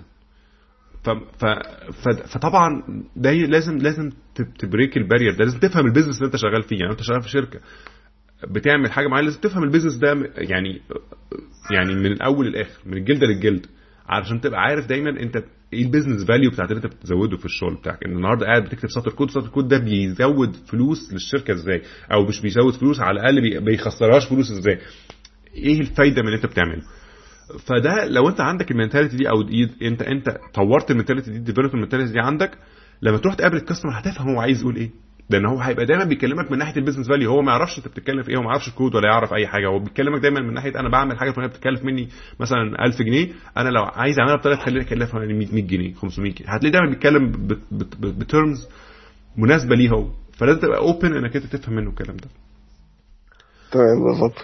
فطبعا ده لازم تبريك البارير ده، لازم تفهم البيزنس اللي انت شغال فيه. يعني انت شغال في شركه بتعمل حاجه معينه، لازم تفهم البيزنس ده يعني من الاول للاخر، من الجلد للجلد، علشان تبقى عارف دايما انت ايه البيزنس فاليو بتاعت اللي انت بتزوده في الشغل بتاعك. ان النهارده قاعد بتكتب سطر كود ده بيزود فلوس للشركه ازاي، او مش بيزود فلوس، على الاقل بيخسرهاش فلوس ازاي، ايه الفايده من اللي انت بتعمله. فده لو انت عندك المينتاليتي دي، او انت طورت المينتاليتي دي، ديفلوبت المينتاليتي دي عندك، لما تروح تقابل الكاستمر هتفهم هو عايز يقول ايه. لان هو هيبقى دايما بيكلمك من ناحيه البيزنس فاليو، هو ما يعرفش انت بتتكلم في ايه، هو ما يعرفش الكود ولا يعرف اي حاجه، هو بيكلمك دايما من ناحيه انا بعمل حاجه فلانيه بتكلف مني مثلا 1000 جنيه، انا لو عايز اعملها بطريقه تخليني اكلفها 100 جنيه 500 جنيه، هتلاقيه دايما بيتكلم بترمز مناسبه ليه هو. فلازم تبقى اوبن انك انت تفهم منه الكلام ده. تمام بالظبط.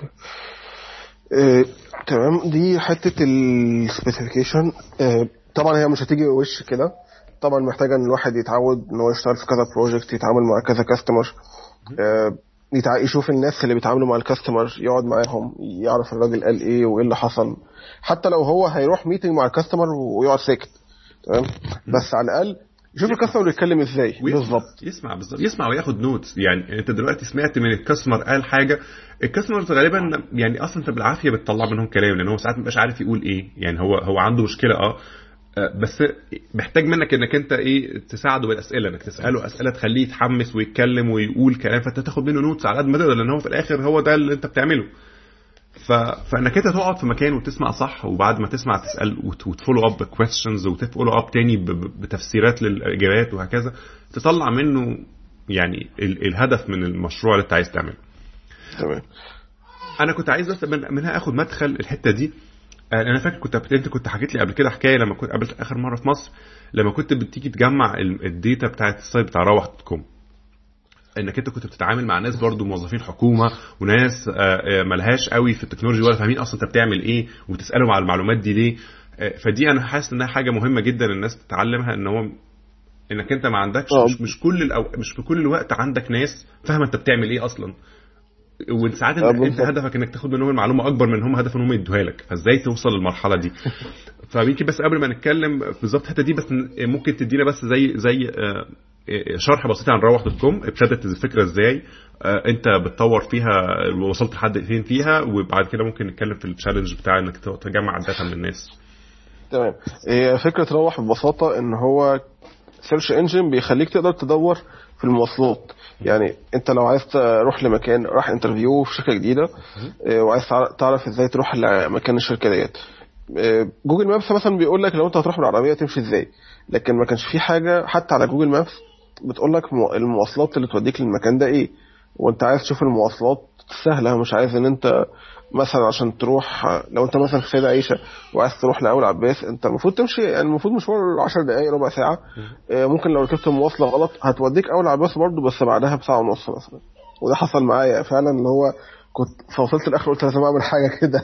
تمام. دي حته السبيسيفيكيشن. طبعا هي مش هتيجي وش كده، طبعا محتاجه ان الواحد يتعود ان هو يشتغل في كذا بروجكت، يتعامل مع كذا كاستمر، يشوف الناس اللي بيتعاملوا مع الكاستمر، يقعد معاهم، يعرف الراجل قال ايه وايه اللي حصل، حتى لو هو هيروح ميتنج مع الكاستمر ويقعد ساكت. تمام. بس على الاقل يشوف الكاستمر بيتكلم ازاي بالظبط، يسمع وياخد نوتس. يعني انت دلوقتي سمعت من الكاستمر قال حاجه، الكاستمرز غالبا يعني اصلا انت بالعافيه بتطلع منهم كلام، لان هو ساعات مبقاش عارف يقول ايه. يعني هو عنده مشكله بس محتاج منك انك انت تساعده بالاسئله، انك تساله اسئله تخليه يتحمس ويتكلم ويقول كلام، فانت تاخد منه نوتس على قد ما تقدر، لان هو في الاخر هو ده اللي انت بتعمله. فانك انت تقعد في مكان وتسمع صح، وبعد ما تسمع تسال وتفولو اب بكويستشنز، وتفولو اب تاني بتفسيرات للاجابات، وهكذا تطلع منه يعني الهدف من المشروع اللي انت عايز تعمله. تمام. انا كنت عايز بس منها اخد مدخل الحته دي. انا فاكر انت كنت حكيت لي قبل كده حكايه لما كنت قابلت اخر مره في مصر، لما كنت بتيجي تجمع الداتا بتاعه السايت بتاع روح.com، انك انت كنت بتتعامل مع ناس برضو موظفين حكومه، وناس ملهاش قوي في التكنولوجيا ولا فاهمين اصلا انت بتعمل ايه، وبتسالهم على المعلومات دي ليه. فدي انا حاسس انها حاجه مهمه جدا الناس تتعلمها، ان هو انك انت ما عندكش مش في كل الوقت عندك ناس فاهمه انت بتعمل ايه اصلا، وساعات انت هدفك انك تاخد منهم المعلومه اكبر من هم هدفهم انهم يدوها لك، فازاي توصل للمرحله دي. فيمكن بس قبل ما نتكلم بالظبط الحته دي، بس ممكن تدينا بس زي شرح بسيط عن روح.com، ابتدت الفكره ازاي، انت بتطور فيها، وصلت لحد فين فيها، وبعد كده ممكن نتكلم في التشالنج بتاع انك تجمع الداتا من الناس. تمام. فكره روح ببساطه ان هو سيرش انجن بيخليك تقدر تدور في المواصلات. يعني انت لو عايز تروح لمكان، راح انترفيو في شركه جديده، وعايز تعرف ازاي تروح لمكان الشركه ديت، جوجل مابس مثلا بيقول لك لو انت هتروح بالعربيه تمشي ازاي، لكن ما كانش في حاجه حتى على جوجل مابس بتقول لك المواصلات اللي توديك للمكان ده ايه. وانت عايز تشوف المواصلات سهله، مش عايز ان انت مثلا عشان تروح، لو انت مثلا في سيدة عيشة وعايز تروح لأول عباس، انت المفروض تمشي، يعني المفروض مشوار 10 دقائق ربع ساعة. ممكن لو ركبت مواصلة غلط هتوديك أول عباس برضو، بس بعدها بساعة ونص مثلا. وده حصل معايا فعلا، اللي هو كنت فوصلت الآخر قلت لازم أعمل حاجة كده.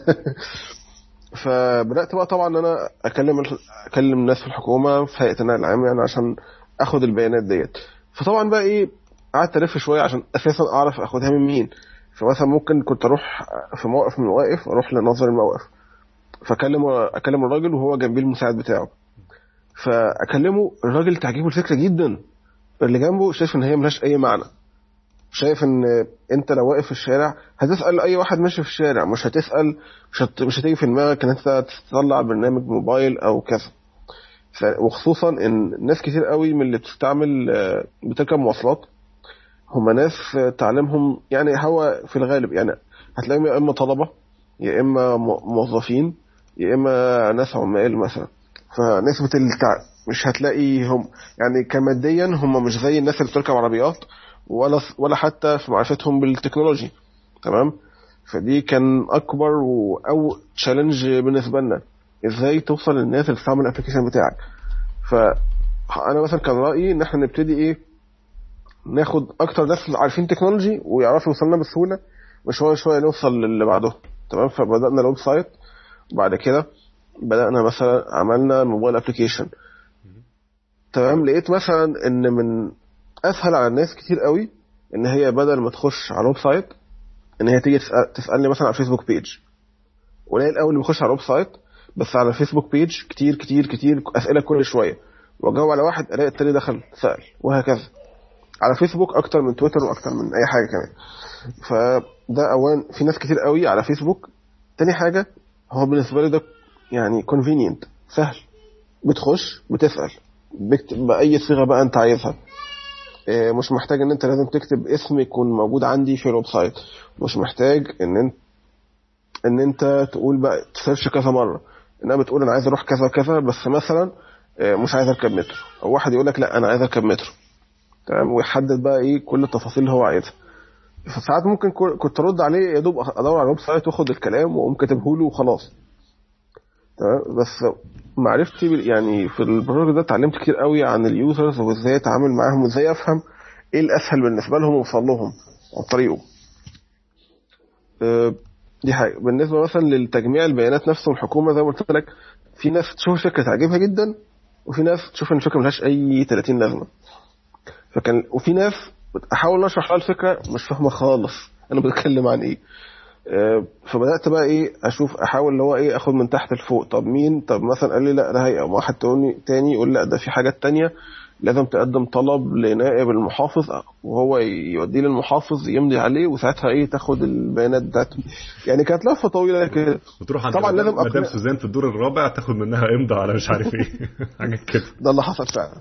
فبدأت بقى طبعا ان انا اكلم الناس في الحكومة في هيئة النقل العام، يعني عشان اخد البيانات ديت. فطبعا بقى قعدت الف شوية عشان اساسا اعرف اخدها من مين. فمثلا ممكن كنت اروح في موقف من المواقف، اروح لناظر الموقف، اكلم الراجل وهو جنبي المساعد بتاعه، فاكلمه الراجل تعجبه الفكرة جدا، اللي جنبه شايف ان هي ملهاش اي معنى، شايف ان انت لو واقف في الشارع هتسأل اي واحد ماشي في الشارع، مش هتسأل، مش هتيجي في دماغك ان انت تطلع برنامج موبايل او كذا. وخصوصا ان ناس كتير قوي من اللي بتركب مواصلات هم ناس تعليمهم يعني هو في الغالب، يعني هتلاقيهم يا اما طلبة، يا اما موظفين، يا اما ناس عمال مثلا. فنسبة مش هتلاقيهم يعني كماديا هم مش زي الناس اللي بتركب عربيات، ولا حتى في معرفتهم بالتكنولوجي. تمام. فدي كان اكبر او تشالنج بالنسبه لنا، ازاي توصل للناس اللي تستعمل الابلكيشن بتاعك. فانا مثلا كان رايي ان احنا نبتدي ايه، ناخد اكتر ناس عارفين تكنولوجي ويعرفوا يوصلنا بسهوله، وشويه شويه نوصل للي بعده. تمام. فبدانا الويب سايت، وبعد كده بدانا مثلا عملنا موبايل ابلكيشن. تمام. لقيت مثلا ان من اسهل على الناس كتير قوي ان هي بدل ما تخش على الويب سايت ان هي تيجي تسالني مثلا على فيسبوك بيج. قليل قوي اللي بيخش على الويب سايت، بس على فيسبوك بيج كتير كتير كتير اسئله كل شويه، واجاوب على واحد الاقي التاني دخل سال، وهكذا. على فيسبوك اكتر من تويتر واكتر من اي حاجه كمان. فده اولا في ناس كتير قوي على فيسبوك. تاني حاجه هو بالنسبه لي ده يعني convenient، سهل. بتخش بتسال، بكتب باي صيغه بقى انت عايزها. مش محتاج ان انت لازم تكتب اسم يكون موجود عندي في الويب سايت، مش محتاج ان انت تقول بقى تسيرش كذا مره، انها بتقول انا عايز اروح كذا كذا، بس مثلا مش عايز اركب مترو، او واحد يقول لك لا انا عايز اركب مترو. تمام. ويحدد بقى ايه كل التفاصيل اللي هو عايزها. فساعات ممكن كنت ارد عليه يا دوب ادور على الويب سايت واخد الكلام واقوم كاتبه له وخلاص. تمام. بس معرفتي يعني في البروجرام ده اتعلمت كتير قوي عن اليوزرز، وازاي اتعامل معاهم، وازاي افهم ايه الاسهل بالنسبه لهم واوصل لهم عن طريقه. دي حاجه. بالنسبه مثلا للتجميع البيانات نفسه، الحكومه زي ما قلت لك في ناس تشوف الفكره تعجبها جدا، وفي ناس تشوف ان الفكره ملهاش اي 30 لازمه. وفي ناس احاول اشرح لها الفكره مش فاهمه خالص انا بتكلم عن ايه. فبدات بقى ايه اشوف، احاول اللي هو ايه اخد من تحت لفوق. طب مين، طب مثلا قال لي لا ده هيئه، واحد تاني يقول لا ده في حاجات تانية لازم تقدم طلب لنائب المحافظ، وهو يوديه للمحافظ يمضي عليه، وساعتها ايه تاخد البيانات بتاعته. يعني كانت لفه طويله كده. وتروح عند طبعا لازم مدام سوزان في الدور الرابع تاخد منها امضى على مش عارف ايه حاجه كده. ده اللي حصل فعلا.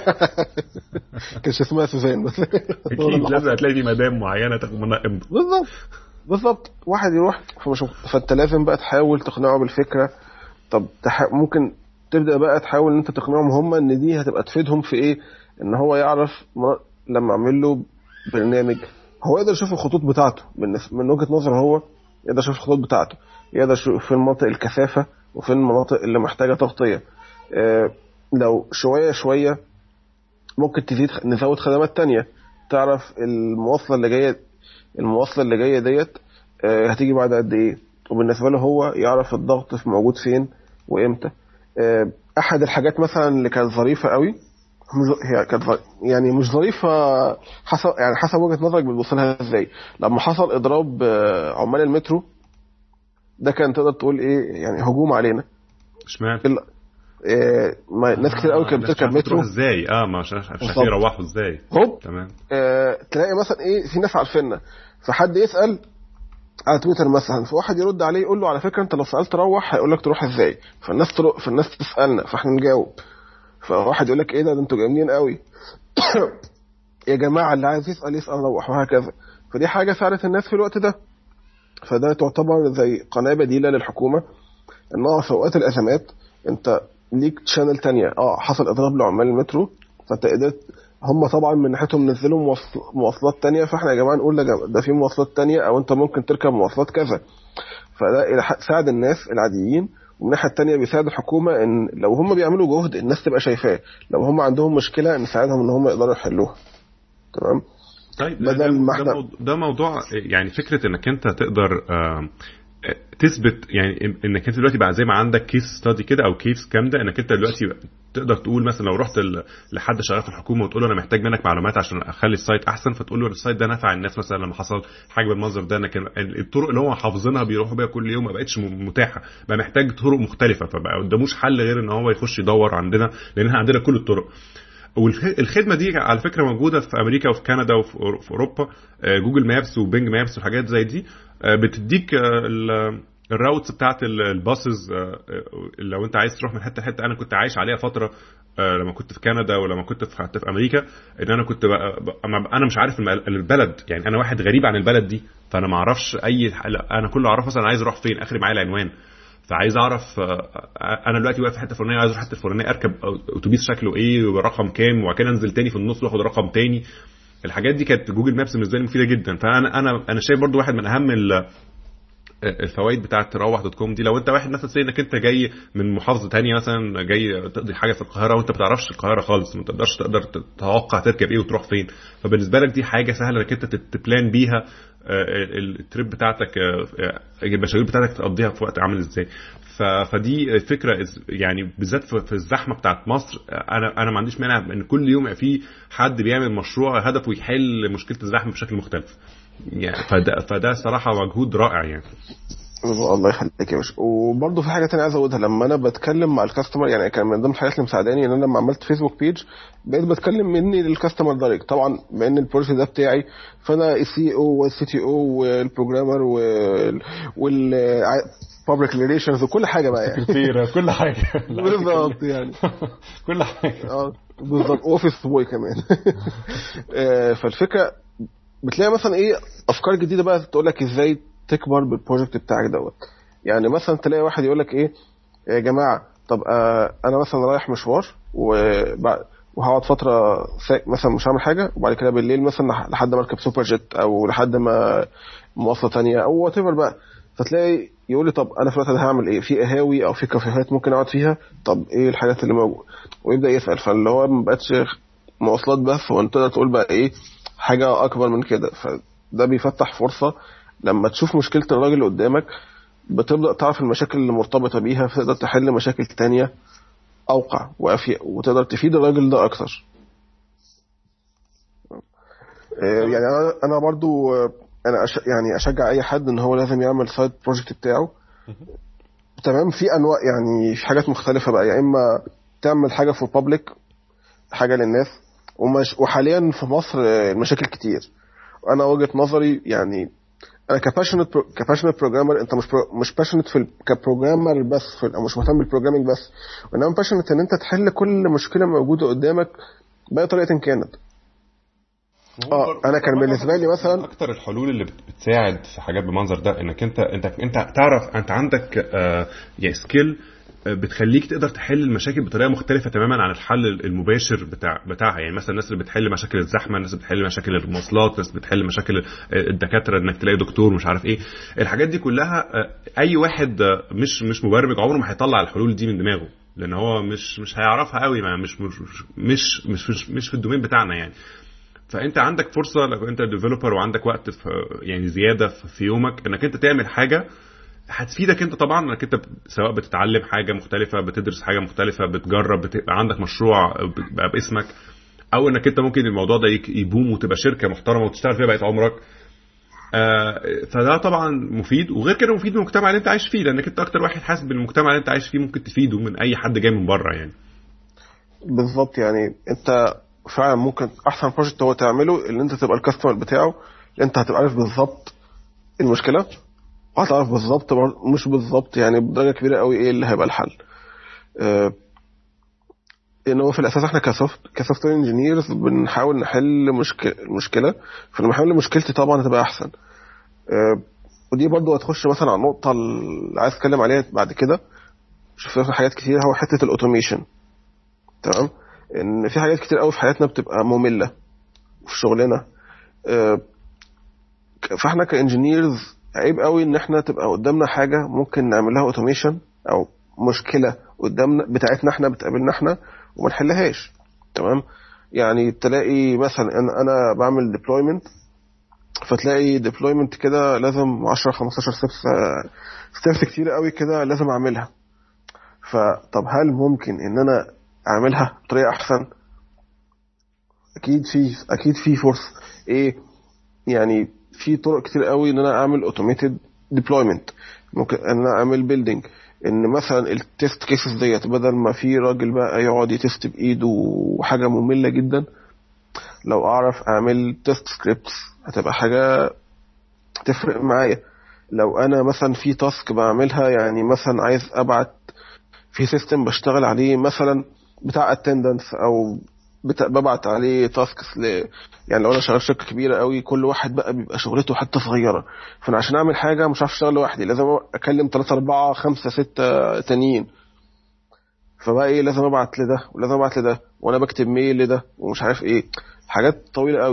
كانش اسمها سوزان بس. اكيد لازم هتلاقي دي مدام معينه تاخد منها امضى. بالظبط. واحد يروح فانت لازم بقى تحاول تقنعه بالفكره. طب ممكن تبدا بقى تحاول ان انت تقنعهم هم ان دي هتبقى تفيدهم في ايه، ان هو يعرف لما اعمل له برنامج هو يقدر يشوف الخطوط بتاعته من وجهه نظره، هو يقدر يشوف الخطوط بتاعته، يقدر يشوف في المناطق الكثافه وفي المناطق اللي محتاجه تغطيه. لو شويه شويه ممكن نزود خدمات تانية، تعرف المواصله اللي جايه ديت هتيجي بعد قد ايه، وبالنسبه له هو يعرف الضغط في موجود فين وامتى. احد الحاجات مثلا اللي كانت ظريفه قوي، هي كانت يعني مش ظريفه، حسب وجهه نظرك بتبص لها ازاي. لما حصل اضراب عمال المترو ده، كان تقدر تقول ايه يعني هجوم علينا. اشمعنى؟ ناس كتير قوي كانت بتركب مترو ازاي مش عارفين يروحوا ازاي. تمام. تلاقي مثلا ايه في ناس عارفيننا، فحد يسال على تويتر مثلا، فواحد يرد عليه يقول له على فكره انت لو سالت تروح هيقول لك تروح ازاي، فالناس تسالنا فاحنا نجاوب. فواحد يقول لك ايه ده انتوا جامدين قوي. يا جماعه اللي عايز يسال روح، وهكذا. فدي حاجه ساعدت الناس في الوقت ده. فده تعتبر زي قناه بديله للحكومه، انها في اوقات الازمات انت ليك شانل تانية. حصل اضراب لعمال المترو، فانت قدرت هم طبعا من ناحيتهم نزلوا مواصلات تانية، فاحنا يا جماعه نقول ده في مواصلات تانية، او انت ممكن تركب مواصلات كذا. فده ساعد الناس العاديين، ومن الناحيه التانية بيساعد الحكومه ان لو هم بيعملوا جهد الناس تبقى شايفاه، لو هم عندهم مشكله نساعدهم ان هم يقدروا يحلوها. تمام. طيب ده موضوع يعني فكره انك انت تقدر تثبت يعني انك انت دلوقتي بقى زي ما عندك كيس ستادي كده او كيس كامله، انك انت دلوقتي تقدر تقول مثلا لو رحت لحد شغال في الحكومه وتقول له انا محتاج منك معلومات عشان اخلي السايت احسن، فتقول له السايت ده نفع الناس مثلا لما حصل حاجه بالمنظر ده، لكن الطرق اللي هم حافظينها بيروحوا بيها كل يوم ما بقتش متاحه، بقى محتاج طرق مختلفه، فبقى قداموش حل غير ان هو يخش يدور عندنا، لان احنا عندنا كل الطرق. والخدمه دي على فكره موجوده في امريكا وفي كندا وفي اوروبا. جوجل مابس وبينج مابس وحاجات زي دي بتديك الراوتس بتاعت الباسز لو انت عايز تروح من حته لحته. انا كنت عايش عليها فتره لما كنت في كندا ولما كنت في امريكا، ان انا كنت انا مش عارف البلد، يعني انا واحد غريب عن البلد دي، فانا ما اعرفش انا كله اعرف مثلا عايز اروح فين، اخري معايا العنوان، فعايز اعرف انا دلوقتي واقف في حته فلانيه، عايز اروح حته فلانيه، اركب اتوبيس شكله ايه ورقم كام، وبعد كده انزل تاني في النص واخد رقم تاني. الحاجات دي كانت جوجل مابس بالنسبه لي مفيده جدا. فانا شايف برضو واحد من اهم الفوائد بتاعه تروح.com دي، لو انت واحد مثلا انك انت جاي من محافظه تانية مثلا، جاي تقضي حاجه في القاهره وانت ما بتعرفش القاهره خالص، ما تقدر تتوقع تركب ايه وتروح فين، فبالنسبه لك دي حاجه سهله انك انت تبلان بيها التريب بتاعتك، المشاوير بتاعتك تقضيها في وقت عامل ازاي. فدي فكره يعني بالذات في الزحمه بتاعت مصر. انا ما عنديش مانع ان كل يوم في حد بيعمل مشروع هدفه يحل مشكله الزحمه بشكل مختلف يعني. فده صراحه مجهود رائع يعني. الله يخليك يا باشا. وبرضه في حاجه تانية عايز اقولها، لما انا بتكلم مع الكاستمر يعني كان من ضمن الحاجات اللي مساعداني ان انا لما عملت فيسبوك بيج بقيت بتكلم مني للكاستمر دايركت. طبعا بان البروجكت ده بتاعي، فانا السي او والسي تي او والبروجرامر وال public relations وكل حاجه بقى يعني كل حاجه بالظبط يعني كل حاجه بالظبط، اوفيس بوي كمان فالفكره بتلاقي مثلا ايه افكار جديده بقى تقول لك ازاي تكبر بالبروجكت بتاعك دوت. يعني مثلا تلاقي واحد يقول لك ايه يا جماعه، طب انا مثلا رايح مشوار وهقعد فتره مثلا مش هعمل حاجه، وبعد كده بالليل مثلا لحد ما اركب سوبر جيت او لحد ما مواصله تانية او وات ايفر بقى. فتلاقي يقول لي طب انا في الوقت ده هعمل ايه؟ في قهاوي او في كافيهات ممكن اقعد فيها، طب ايه الحاجات اللي موجوده؟ ويبدا يسال. فاللي هو ما بقتش مواصلات بس، وانت تقدر تقول بقى ايه حاجه اكبر من كده. فده بيفتح فرصه لما تشوف مشكله الراجل اللي قدامك بتبدا تعرف المشاكل اللي مرتبطه بيها، فتقدر تحل مشاكل تانية اوقع وافيد وتقدر تفيد الراجل ده اكتر. يعني انا برضو انا يعني اشجع اي حد ان هو لازم يعمل سايد بروجكت بتاعه. تمام، في انواع يعني في حاجات مختلفه بقى، يا اما تعمل حاجه فور بابليك، حاجه للناس، وحاليا في مصر المشاكل كتير. انا وجهه نظري يعني انا كباشنت بروجرامر، انت مش باشنت في كبروجرامر بس، او مش مهتم بالبروجرامينج بس، وانما باشنت ان انت تحل كل مشكله موجوده قدامك باي طريقه كانت. انا كان بالنسبه لي مثلا اكتر الحلول اللي بتساعد في حاجات بالمنظر ده انك انت تعرف انت عندك يعني سكيل بتخليك تقدر تحل المشاكل بطريقه مختلفه تماما عن الحل المباشر بتاعها. يعني مثلا الناس اللي بتحل مشاكل الزحمه، الناس اللي بتحل مشاكل المواصلات، الناس اللي بتحل مشاكل الدكاتره انك تلاقي دكتور مش عارف ايه، الحاجات دي كلها اي واحد مش مبرمج عمره ما هيطلع الحلول دي من دماغه، لان هو مش هيعرفها قوي، مش في الدومين بتاعنا يعني. فانت عندك فرصه لو انت ديفلوبر وعندك وقت يعني زياده في يومك انك انت تعمل حاجه هتفيدك انت طبعا، انك انت سواء بتتعلم حاجه مختلفه، بتدرس حاجه مختلفه، بتجرب، بتبقى عندك مشروع بقى باسمك، او انك انت ممكن الموضوع ده يبوم وتبقى شركه محترمه وتشتغل فيها بقيت عمرك. فده طبعا مفيد، وغير كده مفيد للمجتمع اللي انت عايش فيه، لانك انت اكتر واحد حاسس بالمجتمع اللي انت عايش فيه ممكن تفيده من اي حد جاي من بره يعني. بالظبط، يعني انت فعلا ممكن احسن بروجكت هو تعمله اللي انت تبقى الكاستمر بتاعه، اللي انت هتبقى عارف بالظبط المشكله، وهتعرف بالظبط مش بالظبط يعني بدرجه كبيره قوي ايه اللي هيبقى الحل. انه في الاساس احنا كسوفت وير انجينيرز بنحاول نحل مشكله، فلما نحل مشكلتي طبعا هتبقى احسن. ودي برضو هتخش مثلا على النقطه اللي عايز اتكلم عليها بعد كده. شوف حاجات كتير، هو حته الاوتوميشن. تمام، ان في حاجات كتير قوي في حياتنا بتبقى ممله في شغلنا، فاحنا كانجينيرز عيب قوي ان احنا تبقى قدامنا حاجه ممكن نعملها اوتوميشن، او مشكله قدامنا بتاعتنا احنا بتقابلنا احنا وما نحلهاش. تمام، يعني تلاقي مثلا انا بعمل ديبلويمنت، فتلاقي ديبلويمنت كده لازم 10 15 ستيبس كتير قوي كده لازم اعملها. فطب هل ممكن ان انا اعملها بطريقه احسن؟ اكيد في فرصه ايه يعني. في طرق كتير قوي ان انا اعمل اوتوميتد ديبلويمنت. ممكن ان انا اعمل بيلدينج، ان مثلا التست كيسز ديت بدل ما في راجل بقى يقعد يتست بايده وحاجه ممله جدا، لو اعرف اعمل تيست سكريبتس هتبقى حاجه تفرق معايا. لو انا مثلا في تاسك بعملها، يعني مثلا عايز ابعت في سيستم بشتغل عليه مثلا بتاع اتندنس، او ببعت عليه تاسكس يعني لو انا شغال شركه كبيره قوي كل واحد بقى بيبقى شغلته حته صغيره، فانا عشان اعمل حاجه مش عارف اشتغل لوحدي، لازم اكلم 3 4 5 6 تانيين. فبقى ايه، لازم ابعت لده ولازم ابعت لده، وانا بكتب ميل لده ومش عارف ايه، حاجات طويله قوي.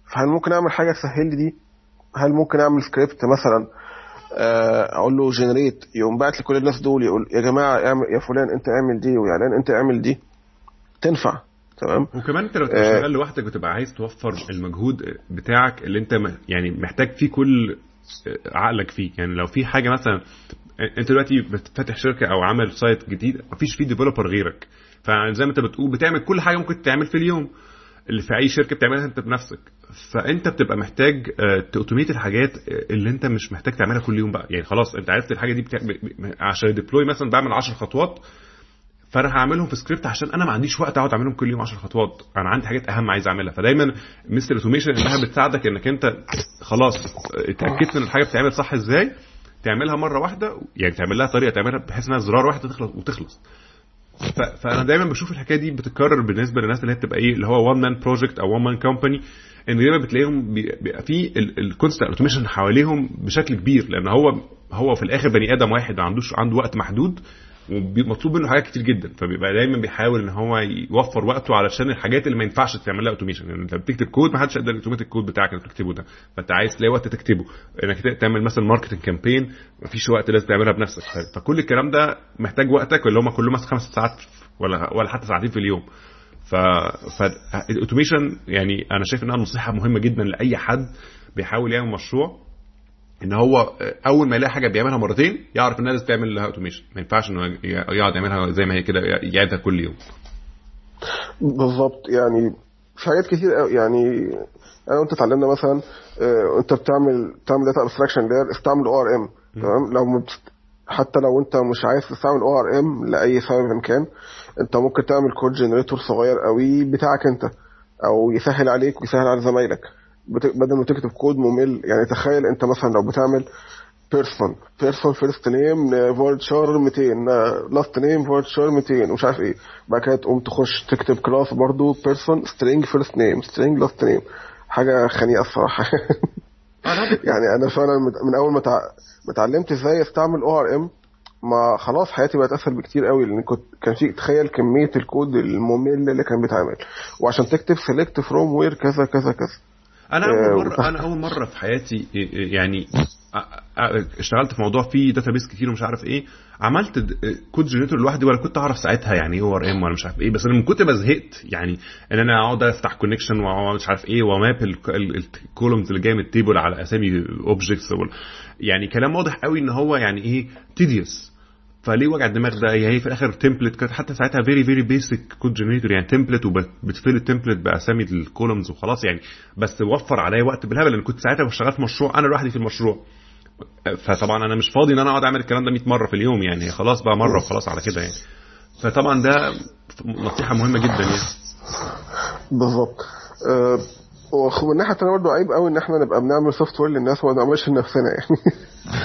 فهل ممكن اعمل حاجه تسهل لي دي؟ هل ممكن اعمل سكريبت مثلا اقول له جنريت يقوم باعت لكل الناس دول يقول يا جماعه اعمل، يا فلان انت اعمل دي، ويا علان انت اعمل دي، تنفع؟ تمام. وكمان انت لو شغال لوحدك بتبقى عايز توفر المجهود بتاعك اللي انت يعني محتاج فيه كل عقلك فيه. يعني لو في حاجه مثلا انت دلوقتي بتفتح شركه او عامل سايت جديد مفيش فيه ديفلوبر غيرك، فزي ما انت بتقول بتعمل كل حاجه ممكن تعمل في اليوم اللي في اي شركه بتعملها انت بنفسك، فانت بتبقى محتاج تأوتوميت الحاجات اللي انت مش محتاج تعملها كل يوم بقى. يعني خلاص انت عرفت الحاجه دي عشان ديبلوي مثلا بعمل 10 خطوات، فانا هعملهم في سكريبت عشان انا ما عنديش وقت اقعد اعملهم كل يوم 10 خطوات، انا عندي حاجات اهم عايز اعملها. فدايما مستر اوتوميشن انها بتساعدك انك انت خلاص اتاكدت ان الحاجه بتتعمل صح ازاي، تعملها مره واحده، يعني تعمل لها طريقه تعملها بحيث انها زرار واحد تخلص. فانا دايما بشوف الحكايه دي بتتكرر بالنسبه للناس اللي هي بتبقى ايه اللي هو وان مان بروجكت او وان مان كومباني، ان دايما بتلاقيهم بيبقى في الكونسبت اوتوميشن حواليهم بشكل كبير، لان هو في الاخر بني ادم واحد عنده وقت محدود ومطلوب منه حاجات كتير جدا، فبيبقى دايما بيحاول ان هو يوفر وقته علشان الحاجات اللي ما ينفعش تعمل لها اوتوميشن. يعني انت بتكتب كود ما حدش يقدر يوتوميت الكود بتاعك اللي بتكتبه ده، فانت عايز تلاقي وقت تكتبه، انك تعمل مثلا ماركتنج كامبين مفيش وقت لازم تعملها بنفسك، فكل الكلام ده محتاج وقتك اللي هم كله مثلا 5 ساعات ولا حتى ساعتين في اليوم. فالاوتوميشن يعني انا شايف انها نصيحه مهمه جدا لاي حد بيحاول يعمل مشروع، ان هو اول ما يلاقي حاجه بيعملها مرتين يعرف انها لازم تعمل لها اوتوميشن، ما ينفعش انه يقعد يعملها زي ما هي كده يعيدها كل يوم. بالظبط. يعني في حاجات كتير يعني انا وانت اتعلمنا مثلا انت بتعمل داتا ابستراكشن لاير، استعمل ORM. تمام. لو حتى لو انت مش عايز تستعمل ORM لاي سبب كان، انت ممكن تعمل كود جنريتور صغير قوي بتاعك انت، او يسهل عليك ويسهل على زمايلك بدل ما تكتب كود ممل. يعني تخيل انت مثلا لو بتعمل بيرسون فيرست نيم فورد شار 200 لاست نيم فورد شار 200 ومش عارف ايه، بعد كده تقوم تخش تكتب كلاس برضو بيرسون سترينج فيرست نيم سترينج لاست نيم، حاجه خنيقه الصراحه. يعني انا فعلا من اول ما اتعلمت ازاي استعمل ORM ما خلاص حياتي بقت اسهل بكتير قوي، لان كان في تخيل كميه الكود الممل اللي كان بيتعمل، وعشان تكتب سيلكت فروم وير كذا كذا كذا. انا اول مره في حياتي يعني اشتغلت في موضوع فيه داتابيس كتير ومش عارف ايه، عملت كود جنريتور لوحدي ولا كنت اعرف ساعتها يعني ORM ولا مش عارف ايه، بس انا من كنت بزهقت يعني ان انا اقعد افتح كونكشن واقعد مش عارف ايه وماب الكولومز اللي جايه من التيبل على اسامي الاوبجكتس، يعني كلام واضح قوي ان هو يعني ايه تيديوس، فليه وجع الدماغ ده؟ هي في الاخر تمبلت كانت حتى ساعتها فيري بيسك كود جنريتور، يعني تمبلت وبتفيل التمبلت باسامي الكولومز وخلاص يعني، بس وفر عليا وقت بالهبل لان كنت ساعتها بشتغل في مشروع انا لوحدي في المشروع، فطبعا انا مش فاضي ان انا اقعد اعمل الكلام ده 100 مره في اليوم، يعني خلاص بقى مره وخلاص على كده يعني. فطبعا ده نصيحه مهمه جدا يعني. بالظبط. ومن ناحيه انا برضه عيب قوي ان احنا نبقى بنعمل سوفت وير للناس وما نعملش لنفسنا يعني.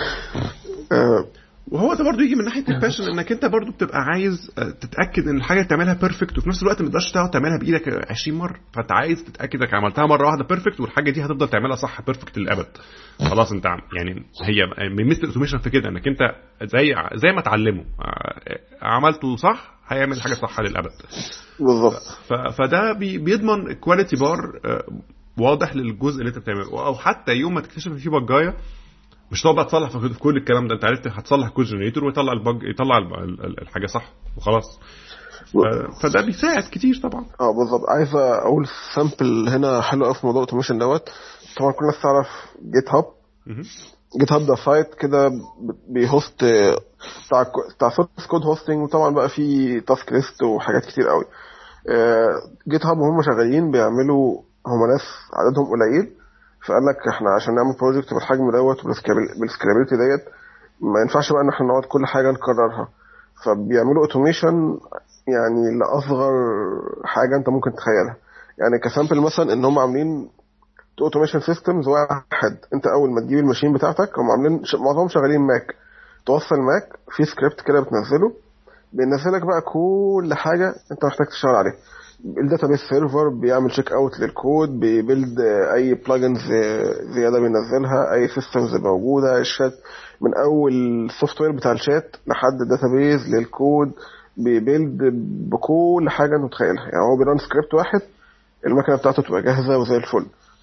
وهو ده برضو يجي من ناحيه الباشن، انك انت برضو بتبقى عايز تتاكد ان الحاجه تعملها بيرفكت، وفي نفس الوقت ما تقدرش تقعد تعملها بايدك 20 مره، فانت عايز تتاكد انك عملتها مره واحده بيرفكت والحاجه دي هتفضل تعملها صح بيرفكت للابد. خلاص انت يعني هي من مثل الاوتوميشن في كده، انك انت زي ما تعلمه عملته صح هيعمل حاجه صح للابد. بالظبط. فده بيضمن كواليتي بار واضح للجزء اللي انت بتعمله، او حتى يوم ما تكتشف ان في بجايه مش تقعد تصلح في كل الكلام ده، انت عرفت هتصلح كود جنريتور ويطلع يطلع الحاجه صح وخلاص. فده بيساعد كتير طبعا. بالظبط. عايز اقول سامبل هنا حلو قوي في موضوع الاوتوميشن دوت. طبعا كل الناس تعرف جيت هاب ده سايت كده بيهوست بتاع سورس كود هوستنج، وطبعا بقى في تاسك ليست وحاجات كتير قوي. جيت هاب وهم شغالين بيعملوا، هم ناس عددهم قليل، فقال لك احنا عشان نعمل بروجكت بالحجم دوت بالسكيلابيلتي ديت ما ينفعش بقى ان احنا نقعد كل حاجه نكررها، فبيعملوا اوتوميشن يعني لاصغر حاجه انت ممكن تتخيلها. يعني كسامبل مثلا ان هم عاملين اوتوميشن سيستمز واحد، انت اول ما تجيب الماشين بتاعتك هم عاملين معظمهم شغالين ماك، توصل ماك في سكريبت كده بتنزله بينزلك بقى كل حاجه انت محتاج تشتغل عليها. الداتابيس سيرفر بيعمل تشيك اوت للكود، بيبيلد اي بلاجنز زياده بينزلها، اي سيستمز موجوده، الشات من اول السوفت وير بتاع الشات لحد الداتابيس للكود بيبيلد بكل حاجه انت متخيلها. يعني هو بيران سكريبت واحد المكنه بتاعته تبقى جاهزه وزي الفل.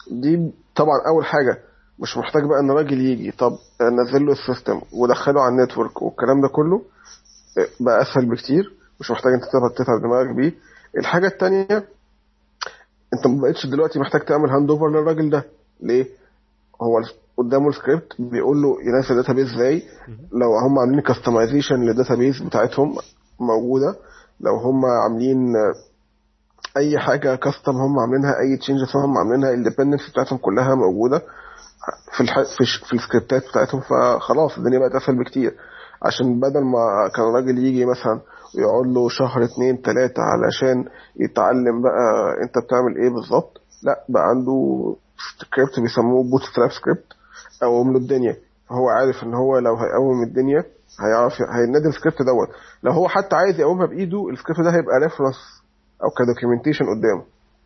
دي طبعا اول حاجه مش محتاج بقى ان راجل يجي طب نزل له السيستم ودخله على النتورك والكلام ده كله، بقى اسهل بكتير، مش محتاج انت تتعب دماغك بيه. الحاجه التانية، انت ما بقتش دلوقتي محتاج تعمل هاند اوفر للراجل ده. ليه؟ هو قدامه السكريبت بيقول له ينزل الداتابيز ازاي، لو هم عاملين كاستمايزيشن للداتابيز بتاعتهم موجوده، لو هم عاملين اي حاجه كاستم هم عاملينها، اي تشينجز هم عاملينها، الديبندنس بتاعتهم كلها موجوده في السكريبتات بتاعتهم. فخلاص الدنيا بقت اسهل بكتير، عشان بدل ما كان راجل يجي مثلا ويقعد له شهر 2 3 علشان يتعلم بقى انت بتعمل ايه بالظبط، لا بقى عنده سكريبت بيسموه بوت ستراب سكريبت قوم له الدنيا. هو عارف ان هو لو هيقوم الدنيا هيعرف هينادي السكريبت دوت، لو هو حتى عايز يقومها بايده السكريبت ده هيبقى ريفرنس او كدوكيومنتيشن قدامه.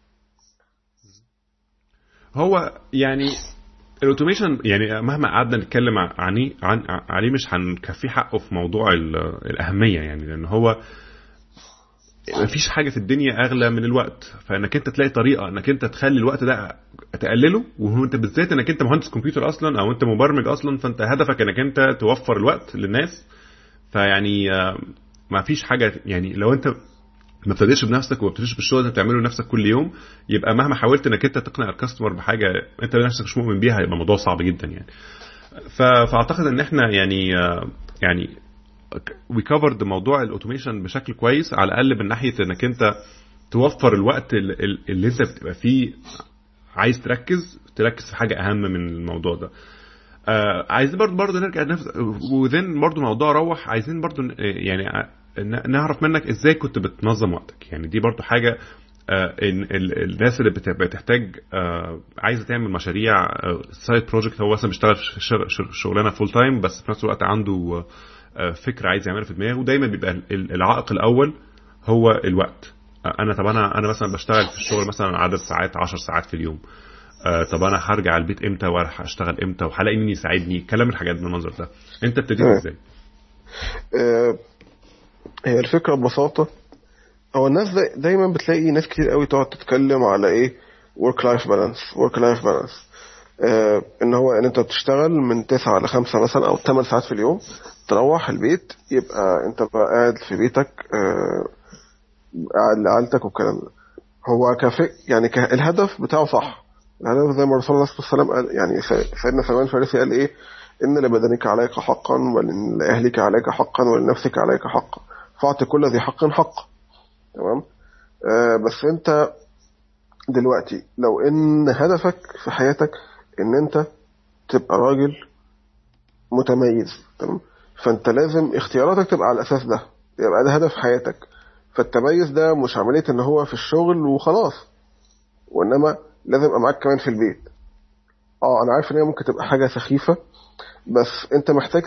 هو يعني الاوتوميشن يعني مهما قعدنا نتكلم عليه مش هنكفيه حقه في موضوع الاهميه، يعني لان هو مفيش حاجه في الدنيا اغلى من الوقت، فانك انت تلاقي طريقه انك انت تخلي الوقت ده تقلله، وهو انت بالذات انك انت مهندس كمبيوتر اصلا او انت مبرمج اصلا، فانت هدفك انك انت توفر الوقت للناس. فيعني ما فيش حاجه، يعني لو انت ما ابتديش بنفسك وما ابتديش بالشغل اللي بتعمله لنفسك كل يوم، يبقى مهما حاولت انك انت تقنع الكاستمر بحاجه انت بنفسك مش مؤمن بيها هيبقى الموضوع صعب جدا يعني. فاعتقد ان احنا يعني we covered موضوع الاوتوميشن بشكل كويس، على الاقل من ناحيه انك انت توفر الوقت اللي انت بتبقى فيه عايز تركز في حاجه اهم من الموضوع ده. عايزين برضو نرجع وذن برضو موضوع روح، عايزين برضو يعني نعرف منك ازاي كنت بتنظم وقتك. يعني دي برضو حاجه ان الناس اللي بتحتاج عايزه تعمل مشاريع سايد بروجكت، هو مثلا بيشتغل في شغلانه فول تايم بس في نفس الوقت عنده فكره عايز يعملها في دماغه، ودايما بيبقى العائق الاول هو الوقت. انا مثلا بشتغل في الشغل مثلا عدد ساعات 10 ساعات في اليوم، طب انا هرجع البيت امتى وراح اشتغل امتى وهلاقي مين يساعدني، كلام الحاجات من المنظر ده. انت ابتديت ازاي؟ هي الفكره ببساطه، هو الناس دايما بتلاقي ناس كتير قوي تقعد تتكلم على ايه work life balance ان هو ان انت بتشتغل من 9 ل 5 مثلا او 8 ساعات في اليوم، تروح البيت يبقى انت بقى قاعد في بيتك قاعد لعائلتك والكلام ده. هو يعني الهدف بتاعه صح، الهدف زي ما رسول الله صلى الله عليه وسلم قال، يعني سيدنا سلمان الفارسي قال ايه، ان لبدنك عليك حقا ولأهلك عليك حقا ولنفسك عليك حقا فاعطي كل ذي حق حق. تمام. بس انت دلوقتي لو ان هدفك في حياتك ان انت تبقى راجل متميز، تمام، فانت لازم اختياراتك تبقى على الاساس ده، يبقى ده هدف حياتك. فالتميز ده مش عملية ان هو في الشغل وخلاص، وانما لازم يبقى معاك كمان في البيت. انا عارف ان هي ممكن تبقى حاجة سخيفة، بس انت محتاج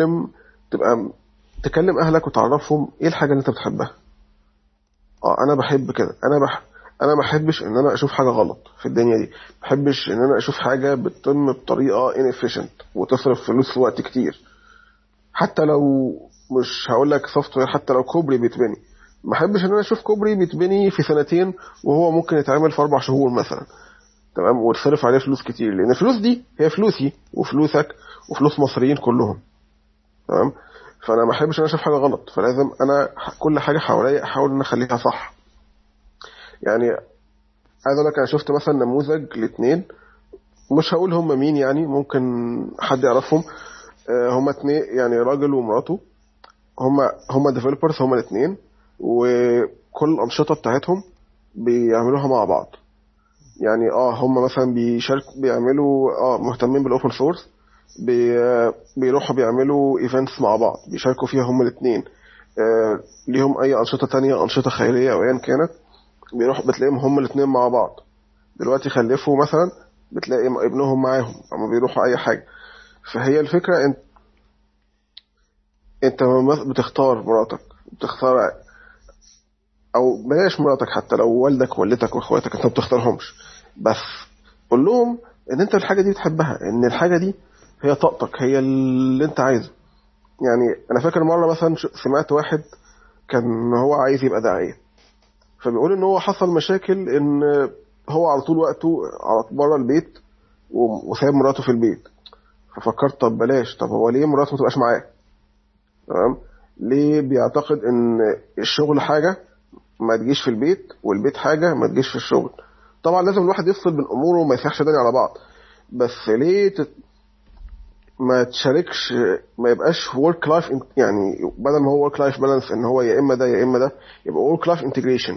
تكلم اهلك وتعرفهم ايه الحاجة اللي انت بتحبها. انا بحب كده، انا ما بحبش ان انا اشوف حاجه غلط في الدنيا دي، ما بحبش ان انا اشوف حاجه بتتم بطريقه inefficient وتصرف فلوس في وقت كتير. حتى لو مش هقول لك سوفت وير، حتى لو كوبري بيتبني، ما بحبش ان انا اشوف كوبري بيتبني في 2 وهو ممكن يتعمل في 4 شهور مثلا، تمام، وتصرف عليه فلوس كتير، لان الفلوس دي هي فلوسي وفلوسك وفلوس مصريين كلهم. تمام. فانا ما بحبش ان انا اشوف حاجه غلط، فلازم انا كل حاجه حواليا احاول ان اخليها صح. يعني عايز اقول لك انا شفت مثلا نموذج ل2، مش هقول هم مين، يعني ممكن حد يعرفهم. هم 2 يعني راجل ومراته، هم ديفلوبرز هم ال2، وكل الانشطه بتاعتهم بيعملوها مع بعض. يعني هم مثلا بيعملوا مهتمين بالاوبن سورس، بيروحوا بيعملوا ايفنتس مع بعض بيشاركوا فيها هم ال2. ليهم اي انشطه تانية، انشطه خيريه او ايا كانت، بتلاقيهم هم ال2 مع بعض. دلوقتي خلفوا مثلا بتلاقي ابنهم معاهم اما بيروحوا اي حاجه. فهي الفكره انت بتختار مراتك، بتختار او بلاش مراتك، حتى لو والدك ووالدتك واخواتك انت ما بتختارهمش، بس قول لهم ان انت الحاجه دي بتحبها، ان الحاجه دي هي طاقتك، هي اللي انت عايزه. يعني انا فاكر مره مثلا سمعت واحد كان هو عايز يبقى داعيه، فبيقول ان هو حصل مشاكل، ان هو على طول وقته على بره البيت وسايب مراته في البيت. ففكرت طب بلاش، طب هو ليه مراته ما تبقاش معاه؟ تمام. ليه بيعتقد ان الشغل حاجه ما تجيش في البيت والبيت حاجه ما تجيش في الشغل؟ طبعا لازم الواحد يفصل بين اموره وما يسيحش دنيا على بعض، بس ليه ما تشاركش، ما يبقاش work life يعني بدل ما هو work life balance ان هو يا اما ده يا اما ده، يبقى work life integration.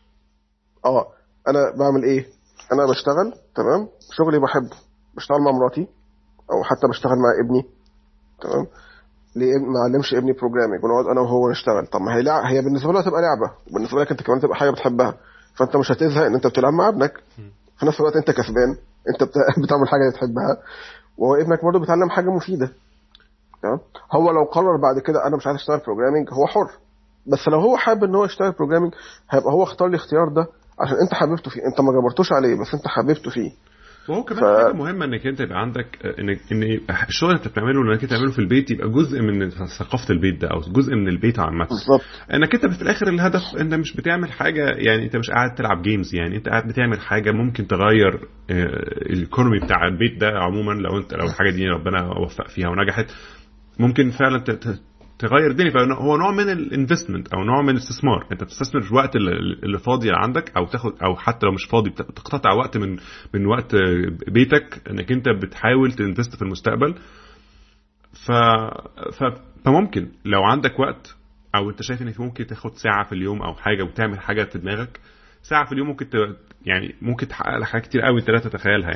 انا بعمل ايه؟ انا بشتغل تمام، شغلي بحبه، بشتغل مع مراتي او حتى بشتغل مع ابني تمام. ليه ما علمش ابني بروجرامينج ونقعد انا وهو نشتغل؟ طب ما هي بالنسبه له هتبقى لعبه، وبالنسبه لك انت كمان تبقى حاجه بتحبها، فانت مش هتزهق ان انت بتلعب مع ابنك، في نفس الوقت انت كسبان، انت بتعمل حاجه بتحبها، وهو ابنك برضه بيتعلم حاجه مفيده تمام. هو لو قرر بعد كده انا مش عايز اشتغل بروجرامينج هو حر، بس لو هو حابب ان هو يشتغل بروجرامينج هيبقى هو اختار الاختيار ده عشان انت حببته فيه، انت ما جبرتوش عليه بس انت حببته فيه. وهو كمان حاجه مهمه انك انت يبقى عندك ان الشغل اللي انت بتعمله انك انت تعمله في البيت يبقى جزء من ثقافه البيت ده او جزء من البيت عامه. بالظبط. انك انت في الاخر الهدف انت مش بتعمل حاجه، يعني انت مش قاعد تلعب جيمز، يعني انت قاعد بتعمل حاجه ممكن تغير الايكونومي بتاع البيت ده عموما. لو الحاجه دي ربنا وفق فيها ونجحت ممكن فعلا تغير الدنيا. فهو نوع من الانفستمنت او نوع من الاستثمار، انت بتستثمر الوقت اللي فاضي عندك او تاخد، او حتى لو مش فاضي تقتطع وقت من وقت بيتك انك انت بتحاول تنفست في المستقبل. فممكن لو عندك وقت او انت شايف انك ممكن تاخد ساعة في اليوم او حاجة وتعمل حاجة في دماغك، ساعة في اليوم ممكن يعني ممكن تحقق لك حاجات كتير قوي انت لا تتخيلها.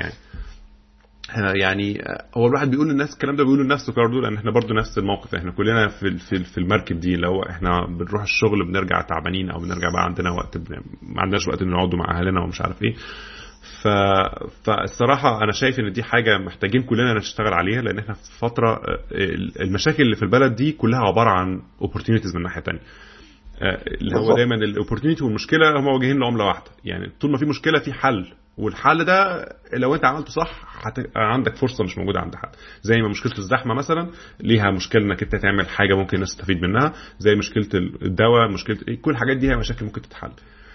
يعني هو الواحد بيقول للناس الكلام ده، بيقوله لنفسه برضه، لان احنا برضه نفس الموقف، احنا كلنا في المركب دي، لو احنا بنروح الشغل بنرجع تعبانين او بنرجع بقى عندنا وقت ما عندناش وقت نقعد مع اهلنا ومش عارف ايه. فالصراحه انا شايف ان دي حاجه محتاجين كلنا نشتغل عليها، لان احنا في فتره المشاكل اللي في البلد دي كلها عباره عن opportunities من ناحيه تانية. اللي هو دايما الاوبورتونيتي والمشكله هم واجهين لعمله واحده، يعني طول ما في مشكله في حل، والحل ده لو انت عملته صح هتبقى عندك فرصه مش موجوده عند حد. زي ما مشكله الزحمه مثلا ليها مشكله انك انت تعمل حاجه ممكن الناس تستفيد منها، زي مشكله الدواء، مشكله كل الحاجات دي هي مشاكل ممكن تتحل.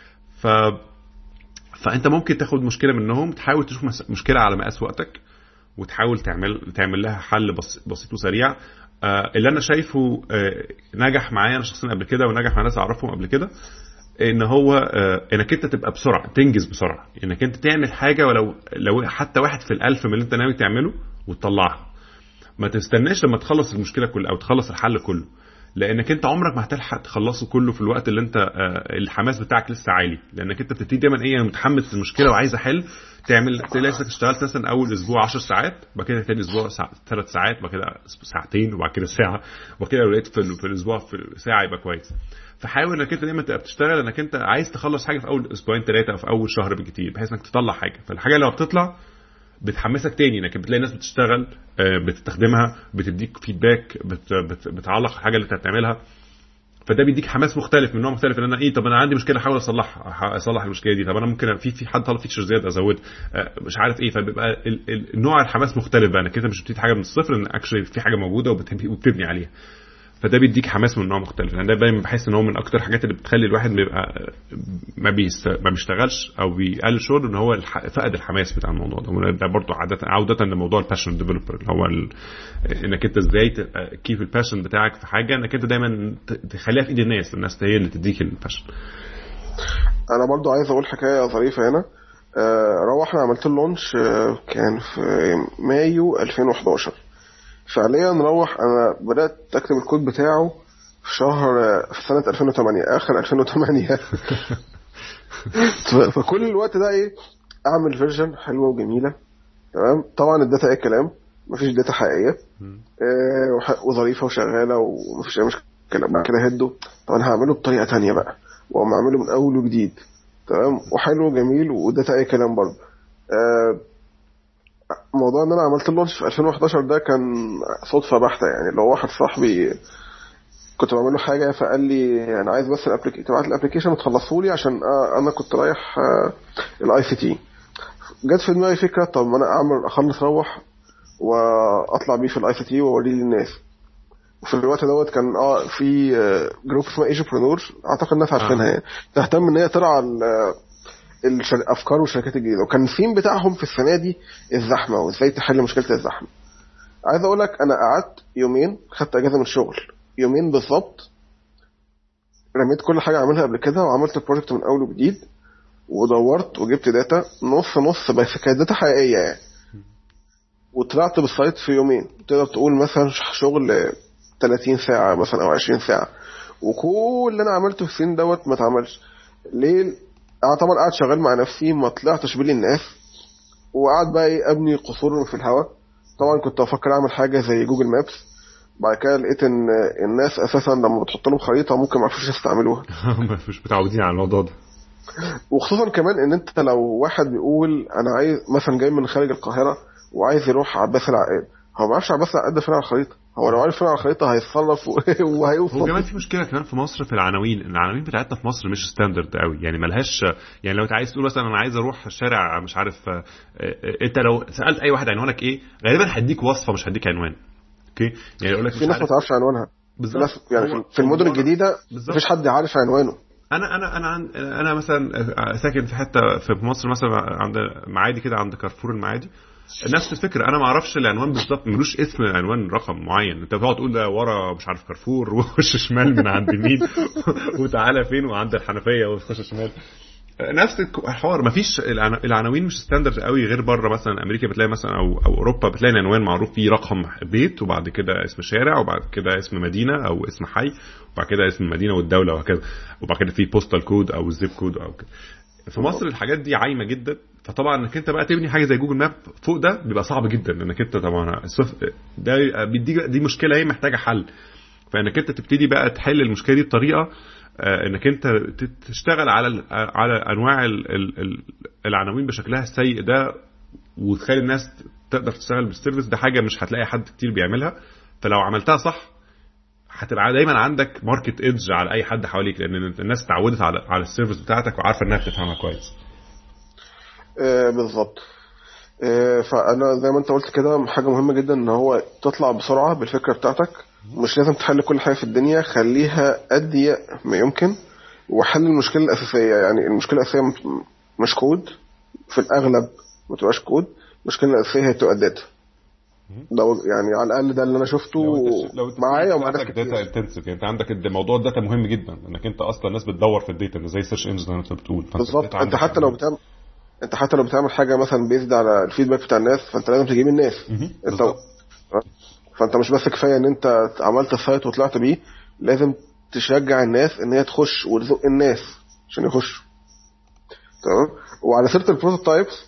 فانت ممكن تاخد مشكله منهم، تحاول تشوف مشكله على مقاس وقتك وتحاول تعمل لها حل بسيط وسريع. اللي انا شايفه نجح معايا انا شخصيا قبل كده ونجح مع ناس اعرفهم قبل كده، ان هو انك انت تبقى بسرعه، تنجز بسرعه، انك انت تعمل حاجه ولو حتى 1 في 1000 من اللي انت ناوي تعمله وتطلعها. ما تستناش لما تخلص المشكله كلها او تخلص الحل كله، لانك انت عمرك ما هتلحق تخلصه كله في الوقت اللي انت الحماس بتاعك لسه عالي، لانك انت بتبتدي دايما متحمس للمشكله وعايز احل، تلاقي نفسك اشتغلت مثلا اول اسبوع 10 ساعات، بعد كده ثاني اسبوع 3 ساعات، بعد كده ساعتين، وبعد كده ساعه، وبعد كده لو لقيت في الاسبوع في ساعه يبقى كويس. فحاول انك انت دايما تبقى بتشتغل انك انت عايز تخلص حاجه في اول اسبوعين 3 او في اول شهر بالكتير، بحيث انك تطلع حاجه. فالحاجه اللي بتطلع بتحمسك تاني، انك بتلاقي ناس بتشتغل بتستخدمها، بتديك فيدباك، بتعلق الحاجه اللي انت بتعملها. فده بيديك حماس مختلف، من نوع مختلف، ان انا طب انا عندي مشكله احاول اصلح المشكله دي، طب انا ممكن في حد طلب فيتشر زياده ازود مش عارف ايه. فبيبقى النوع الحماس مختلف بقى، انك انت مش بتبتدي حاجه من الصفر، ان اكشلي في حاجه موجوده وبتبني عليها. فده بيديك حماس من نوع مختلف. يعني ده دايما بحس ان هو من اكتر الحاجات اللي بتخلي الواحد بيبقى ما بيشتغلش او بيقلل شغله، ان هو فقد الحماس بتاع الموضوع ده برضه عوده لموضوع الباشن ديفلوبر، اللي هو انك انت ازاي كيف الباشن بتاعك في حاجه، انك انت دايما تخليها في ايد الناس هي اللي تديك الباشن. انا برضه عايز اقول حكايه ظريفه هنا. روحنا عملت اللونش كان في مايو 2011 فعليا. نروح انا بدات اكتب الكود بتاعه في سنه 2008 اخر 2008 فكل الوقت ده اعمل فيرجن حلوه وجميله تمام. طبعا الداتا كلام، مفيش داتا حقيقيه وظريفه وشغاله ومفيش اي مشكله. بعد كده هدوا، طب انا هعمله بطريقه تانية بقى واقوم اعمله من اول وجديد تمام، وحلو وجميل وداتا كلام برضه. موضوع ان انا عملت اللونش في 2011 ده كان صدفه بحته، يعني لو واحد صاحبي كنت بعمل له حاجه فقال لي انا عايز بس تبعت الابلكيشن وتخلصه لي عشان انا كنت رايح الاي سي تي. جت في دماغي فكره، طب ما انا اخلص اروح واطلع بيه في الاي سي تي واوريه للناس. وفي الوقت دوت كان في جروب اسمه ايجيبرنور، اعتقد الناس عارفينها، يعني تهتم ان هي ترعى الافكار والشركات الجديده. وكان الثيم بتاعهم في السنه دي الزحمه وازاي تحل مشكله الزحمه. عايز اقول لك انا قعدت يومين، خدت اجازه من الشغل يومين بالظبط، رميت كل حاجه عاملها قبل كده وعملت البروجكت من اول وجديد، ودورت وجبت داتا نص نص بس كانت داتا حقيقيه يعني، وطلعت بالسايت في يومين. تقدر تقول مثلا شغل 30 ساعه مثلا او 20 ساعه، وكل اللي انا عملته في السين دوت ما اتعملش. ليه؟ انا طبعا قاعد شغال مع نفسي، ما طلعتش بين الناس، وقعد بقى ابني قصور في الهواء. طبعا كنت افكر اعمل حاجه زي جوجل مابس، بعد كده لقيت ان الناس اساسا لما بتحط لهم خريطه ممكن ما يعرفوش يستعملوها. مش متعودين على الموضوع ده. وخصوصا كمان ان انت لو واحد بيقول انا عايز مثلا جاي من خارج القاهره وعايز يروح عباس العقاد، هو ما يعرفش عباس العقاد فين على الخريطه. هو لو عارف فين على الخريطه هيتصرف وهيوصل. هو كمان في مشكله كمان في مصر في العناوين بتاعتنا في مصر مش ستاندرد قوي يعني، ملهاش يعني. لو انت عايز تقول مثلا انا عايز اروح الشارع مش عارف، انت لو سالت اي واحد عنوانك ايه غالبا هديك وصفه مش هديك عنوان. اوكي يعني يقول لك في ناس ما تعرفش عنوانها بالظبط يعني. في المدن الجديده مفيش حد عارف عنوانه. انا مثلا ساكن في حته في مصر مثلا عند معادي كده، عند كارفور المعادي، نفس الفكره. انا ما اعرفش العنوان بالظبط، ملوش اسم عنوان رقم معين. انت بتقعد تقول ده ورا مش عارف كارفور وخش شمال من عند مين وتعالى فين وعند الحنفيه وخش شمال. نفس الحوار. مفيش العناوين مش ستاندرد قوي غير بره. مثلا امريكا بتلاقي مثلا او اوروبا بتلاقي العنوان معروف فيه رقم بيت، وبعد كده اسم شارع، وبعد كده اسم مدينه او اسم حي، وبعد كده اسم المدينه والدوله وهكذا، وبعد كده في بوستال كود او الزيب كود او كده. في مصر الحاجات دي عايمه جدا. فطبعا انك انت بقى تبني حاجه زي جوجل ماب فوق ده بيبقى صعب جدا، لانك انت طبعا ده دي مشكله هي محتاجه حل. فانك انت تبتدي بقى تحل المشكله دي بطريقه انك انت تشتغل على انواع العناوين بشكلها السيء ده، وتخلي الناس تقدر تشتغل بالسيرفيس ده. حاجه مش هتلاقي حد كتير بيعملها. فلو عملتها صح هتبقى دايما عندك ماركت ايدج على اي حد حواليك، لان الناس اتعودت على السيرفيس بتاعتك وعارفه انها بتفهمها كويس. بالظبط. فانا زي ما انت قلت كده، حاجه مهمه جدا ان هو تطلع بسرعه بالفكره بتاعتك. مش لازم تحل كل حاجه في الدنيا، خليها اضيق ما يمكن، وحل المشكله الاساسيه. يعني المشكله الاساسيه مش كود، في الاغلب ما تبقاش كود. المشكله الاساسيه هي تبقى داتا. لو يعني على الاقل ده اللي انا شفته معايا ومع ناس كتير. داتا انتنسيف، يعني انت عندك موضوع الداتا مهم جدا، انك انت اصلا الناس بتدور في الداتا زي سيرش انجن زي ما انت بتقول. بالظبط. انت حتى لو بتعمل حاجه مثلا بيزد على الفيدباك بتاع الناس، فانت لازم تجيب الناس. فانت مش بس كفايه ان انت عملت السايت وطلعت بيه، لازم تشجع الناس ان هي تخش وتزق الناس عشان يخشوا. تمام. وعلى سيره البروتوتايبس،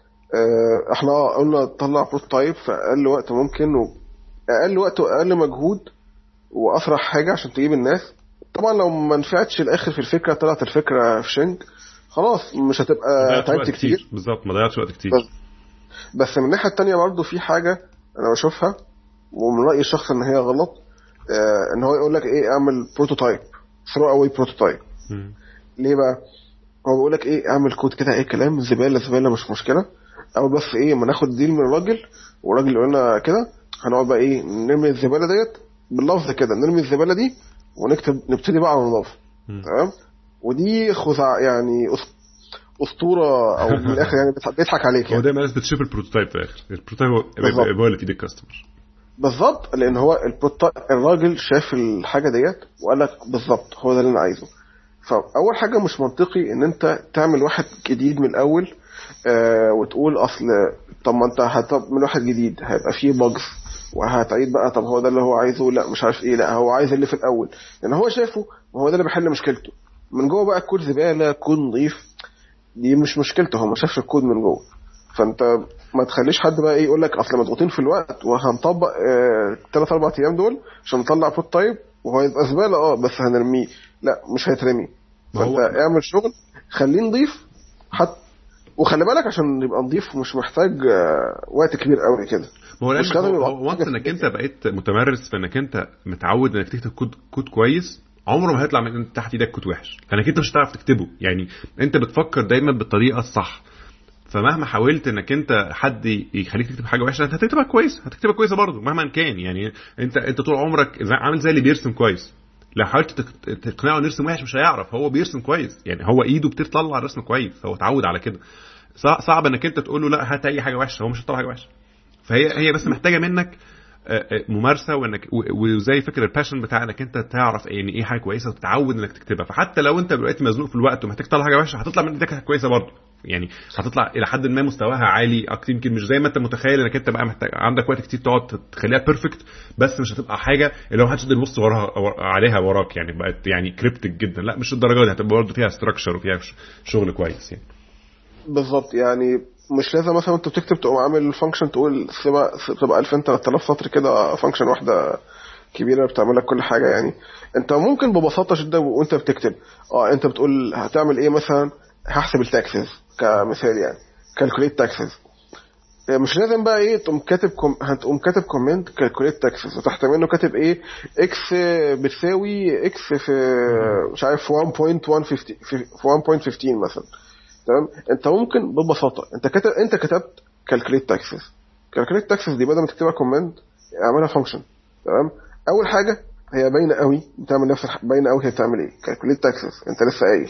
احنا قلنا تطلع بروتوتايب في اقل وقت ممكن، واقل وقت واقل مجهود واسرع حاجه عشان تجيب الناس. طبعا لو ما نفعتش الاخر في الفكره، طلعت الفكره في شنك، خلاص مش هتبقى تعبت كتير. بالظبط، ما ضيعتش وقت كتير. بس من الناحيه التانية برضو في حاجه انا بشوفها ومن رايي الشخص ان هي غلط، ان هو يقول لك ايه اعمل بروتوتايب، ثرو اواي بروتوتايب. ليه بقى؟ هو بيقول لك ايه اعمل كود كده، ايه كلام زباله مش مشكله، او بس ايه ما ناخد ديل من الراجل، والراجل يقول لنا كده هنقعد بقى ايه نرمي الزباله ديت باللفظ كده، نرمي الزباله دي ونكتب نبتدي بقى على النظافه. تمام. ودي خزع يعني اسطوره، او من الاخر يعني بيضحك عليك يعني. هو دايما لازم تشوف البروتوتايب في الاخر. البروتوتايب هو اللي في ايد الكاستمر. بالظبط. لان هو الراجل شاف الحاجه ديت وقال لك بالظبط هو ده اللي انا عايزه. فاول حاجه مش منطقي ان انت تعمل واحد جديد من الاول، وتقول اصل طب ما انت هتعمل واحد جديد هيبقى فيه باجز وهتعيد بقى، طب هو ده اللي هو عايزه، لا مش عارف ايه، لا هو عايز اللي في الاول لان هو شافه وهو ده اللي بيحل مشكلته. من جوه بقى الكود زباله، كود نظيف، دي مش مشكلته، هو ما شافش الكود من جوه. فانت ما تخليش حد بقى ايه يقول لك اصل مضغوطين في الوقت وهنطبق 3-4 ايام دول عشان نطلع بروتوتايب وهو يبقى زباله بس هنرميه. لا مش هيترمي. فانت اعمل شغل خليه نظيف حتى، وخلي بالك عشان يبقى نظيف مش محتاج وقت كبير قوي كده. هو وانت انك انت بقيت متمرس في انك انت متعود انك تكتب كود كويس، عمره ما هيطلع من تحت ايدك كود وحش، لانك انت مش هتعرف تكتبه. يعني انت بتفكر دايما بالطريقه الصح، فمهما حاولت انك انت حد يخليك تكتب حاجه وحشه، انت هتكتبها كويسه برضه مهما كان. يعني انت طول عمرك عامل زي اللي بيرسم كويس. لو حاولت تقنعه نرسم وحش مش هيعرف، هو بيرسم كويس يعني، هو ايده بتطلع الرسم كويس، هو اتعود على كده. صعب انك انت تقول له لا هات اي حاجه وحشه، هو مش هيطلع حاجه وحشه. فهي بس محتاجه منك ممارسه، وانك وزي فكره الباشن بتاع انك انت تعرف يعني ايه حاجه كويسه وتتعود انك تكتبها. فحتى لو انت دلوقتي مزنوق في الوقت ومحتاج تطلع حاجه وحشه، هتطلع من ايدك حاجه كويسه برضه يعني، هتطلع الى حد ما مستواها عالي اكتر، يمكن مش زي ما انت متخيل انك انت بقى محتاج عندك وقت كتير تقعد تخليها بيرفكت، بس مش هتبقى حاجه اللي هو محدش يقدر يبص عليها وراك يعني، بقت يعني كريبتك جدا. لا مش الدرجه دي، هتبقى برضه فيها ستراكشر وفيها شغل كويس يعني. بالظبط، يعني مش لازم مثلا انت بتكتب تقوم عامل فانكشن تقول تبقى 2000 3000 سطر كده فانكشن واحده كبيره بتعمل لك كل حاجه يعني. انت ممكن ببساطه جدا وانت بتكتب انت بتقول هتعمل ايه، مثلا هحسب التاكسز كمثال يعني، كالكوليت تاكسز. مش لازم بقى ايه تقوم كاتب هتقوم كاتب كومنت كالكوليت تاكسز وتحت منه كاتب ايه اكس بتساوي اكس في مش عارف 1.115 في 1.15 مثلا. تمام، انت ممكن ببساطه انت كتبت كالكوليت تاكسز. كالكوليت تاكسز دي بدل ما تكتبها كومنت اعملها فانكشن. تمام، اول حاجه هي باينه قوي، بتعمل نفس باينه قوي هي بتعمل ايه، كالكوليت تاكسز انت لسه قايل.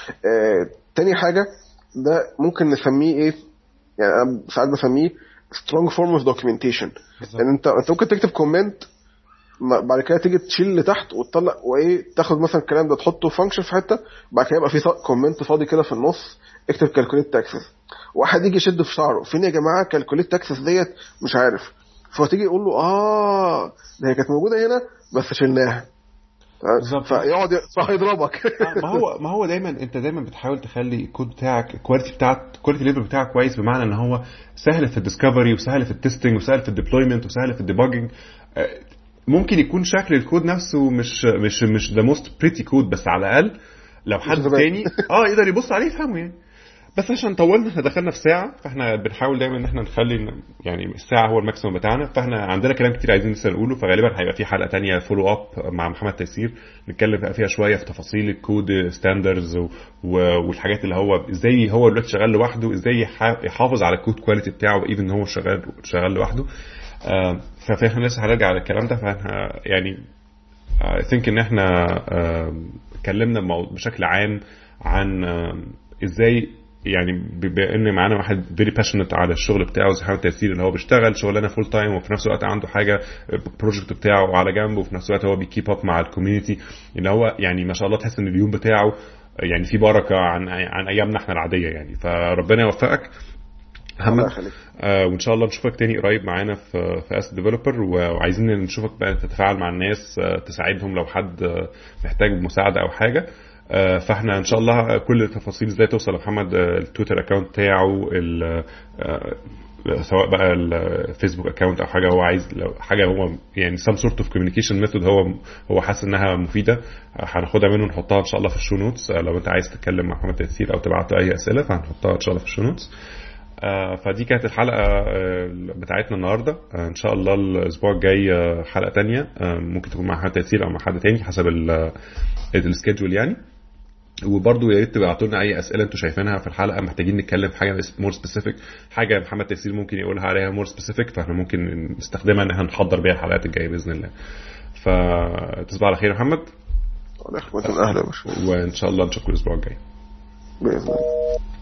تاني حاجه ده ممكن نسميه ايه، يعني انا ساعات بسميه strong form of documentation. يعني انت ممكن تكتب كومنت بعد كده تيجي تشيل لتحت وتطلع وايه، تاخد مثلا الكلام ده تحطه فانكشن في حته، بعد كده يبقى في كومنت فاضي كده في النص اكتب كالكوليت تاكسس. واحد يجي يشد في شعره فين يا جماعه كالكوليت تاكسس ديت، مش عارف، فتيجي يقول له ده هي كانت موجوده هنا بس شلناها. فيقعد يضربك. ما هو دايما انت دايما بتحاول تخلي الكود بتاعك الكواليتي ليفل بتاعك كويس، بمعنى ان هو سهل في الديسكفري وسهل في التستنج وسهل في الديبلويمنت وسهل في الديباجنج. ممكن يكون شكل الكود نفسه مش the most pretty code، بس على الاقل لو حد تاني يقدر يبص عليه يفهمه يعني. بس عشان طولنا احنا دخلنا في ساعه، فاحنا بنحاول دايما ان احنا نخلي يعني الساعه هو الماكسيمم بتاعنا، فاحنا عندنا كلام كتير عايزين لسه نقوله، فغالبا هيبقى في حلقه تانية فولو اب مع محمد تيسير نتكلم بقى فيها شويه في تفاصيل الكود ستاندردز والحاجات اللي هو ازاي هو دلوقتي شغال لوحده، ازاي يحافظ على الكود كواليتي بتاعه ايفن هو شغال لوحده. فاحنا لسه هنرجع على الكلام ده. فاحنا يعني I think ان احنا اتكلمنا بشكل عام عن ازاي يعني بان معانا واحد very passionate على الشغل بتاعه زي محمد تيسير، اللي هو بيشتغل شغلانه فول تايم وفي نفس الوقت عنده حاجه بروجكت بتاعه على جنب، وفي نفس الوقت هو بيكيب اب مع الكوميونتي، اللي هو يعني ما شاء الله تحس ان اليوم بتاعه يعني في بركه عن ايامنا احنا العاديه يعني. فربنا يوفقك محمد، وان شاء الله نشوفك تاني قريب معانا في اس ديفلوبر، وعايزين نشوفك بقى تتفاعل مع الناس، تساعدهم لو حد محتاج مساعده او حاجه. فاحنا ان شاء الله كل التفاصيل ازاي توصل لمحمد، التويتر اكاونت بتاعه، سواء بقى الفيسبوك اكاونت او حاجه هو عايز، لو حاجه هو يعني some sort of communication method هو حاسس انها مفيده، هناخدها منه نحطها ان شاء الله في الشو نوتس. لو انت عايز تتكلم مع محمد تيسير او تبعت اي اسئله فهنحطها ان شاء الله في الشو نوتس. فدي كانت الحلقه بتاعتنا النهارده. ان شاء الله الاسبوع الجاي حلقه تانية ممكن تكون مع محمد تيسير او مع حد تاني حسب السكيدجول يعني. وبرضو يا ريت تبعتوا لنا اي اسئله انتوا شايفينها في الحلقه محتاجين نتكلم في حاجه مور سبيسيفيك، حاجه محمد تيسير ممكن يقولها عليها مور سبيسيفيك، فاحنا ممكن نستخدمها ان احنا نحضر بيها الحلقات الجايه باذن الله. فتصبح على خير يا محمد، اهلا وسهلا، وان شاء الله نشوفكم الاسبوع الجاي باذن الله.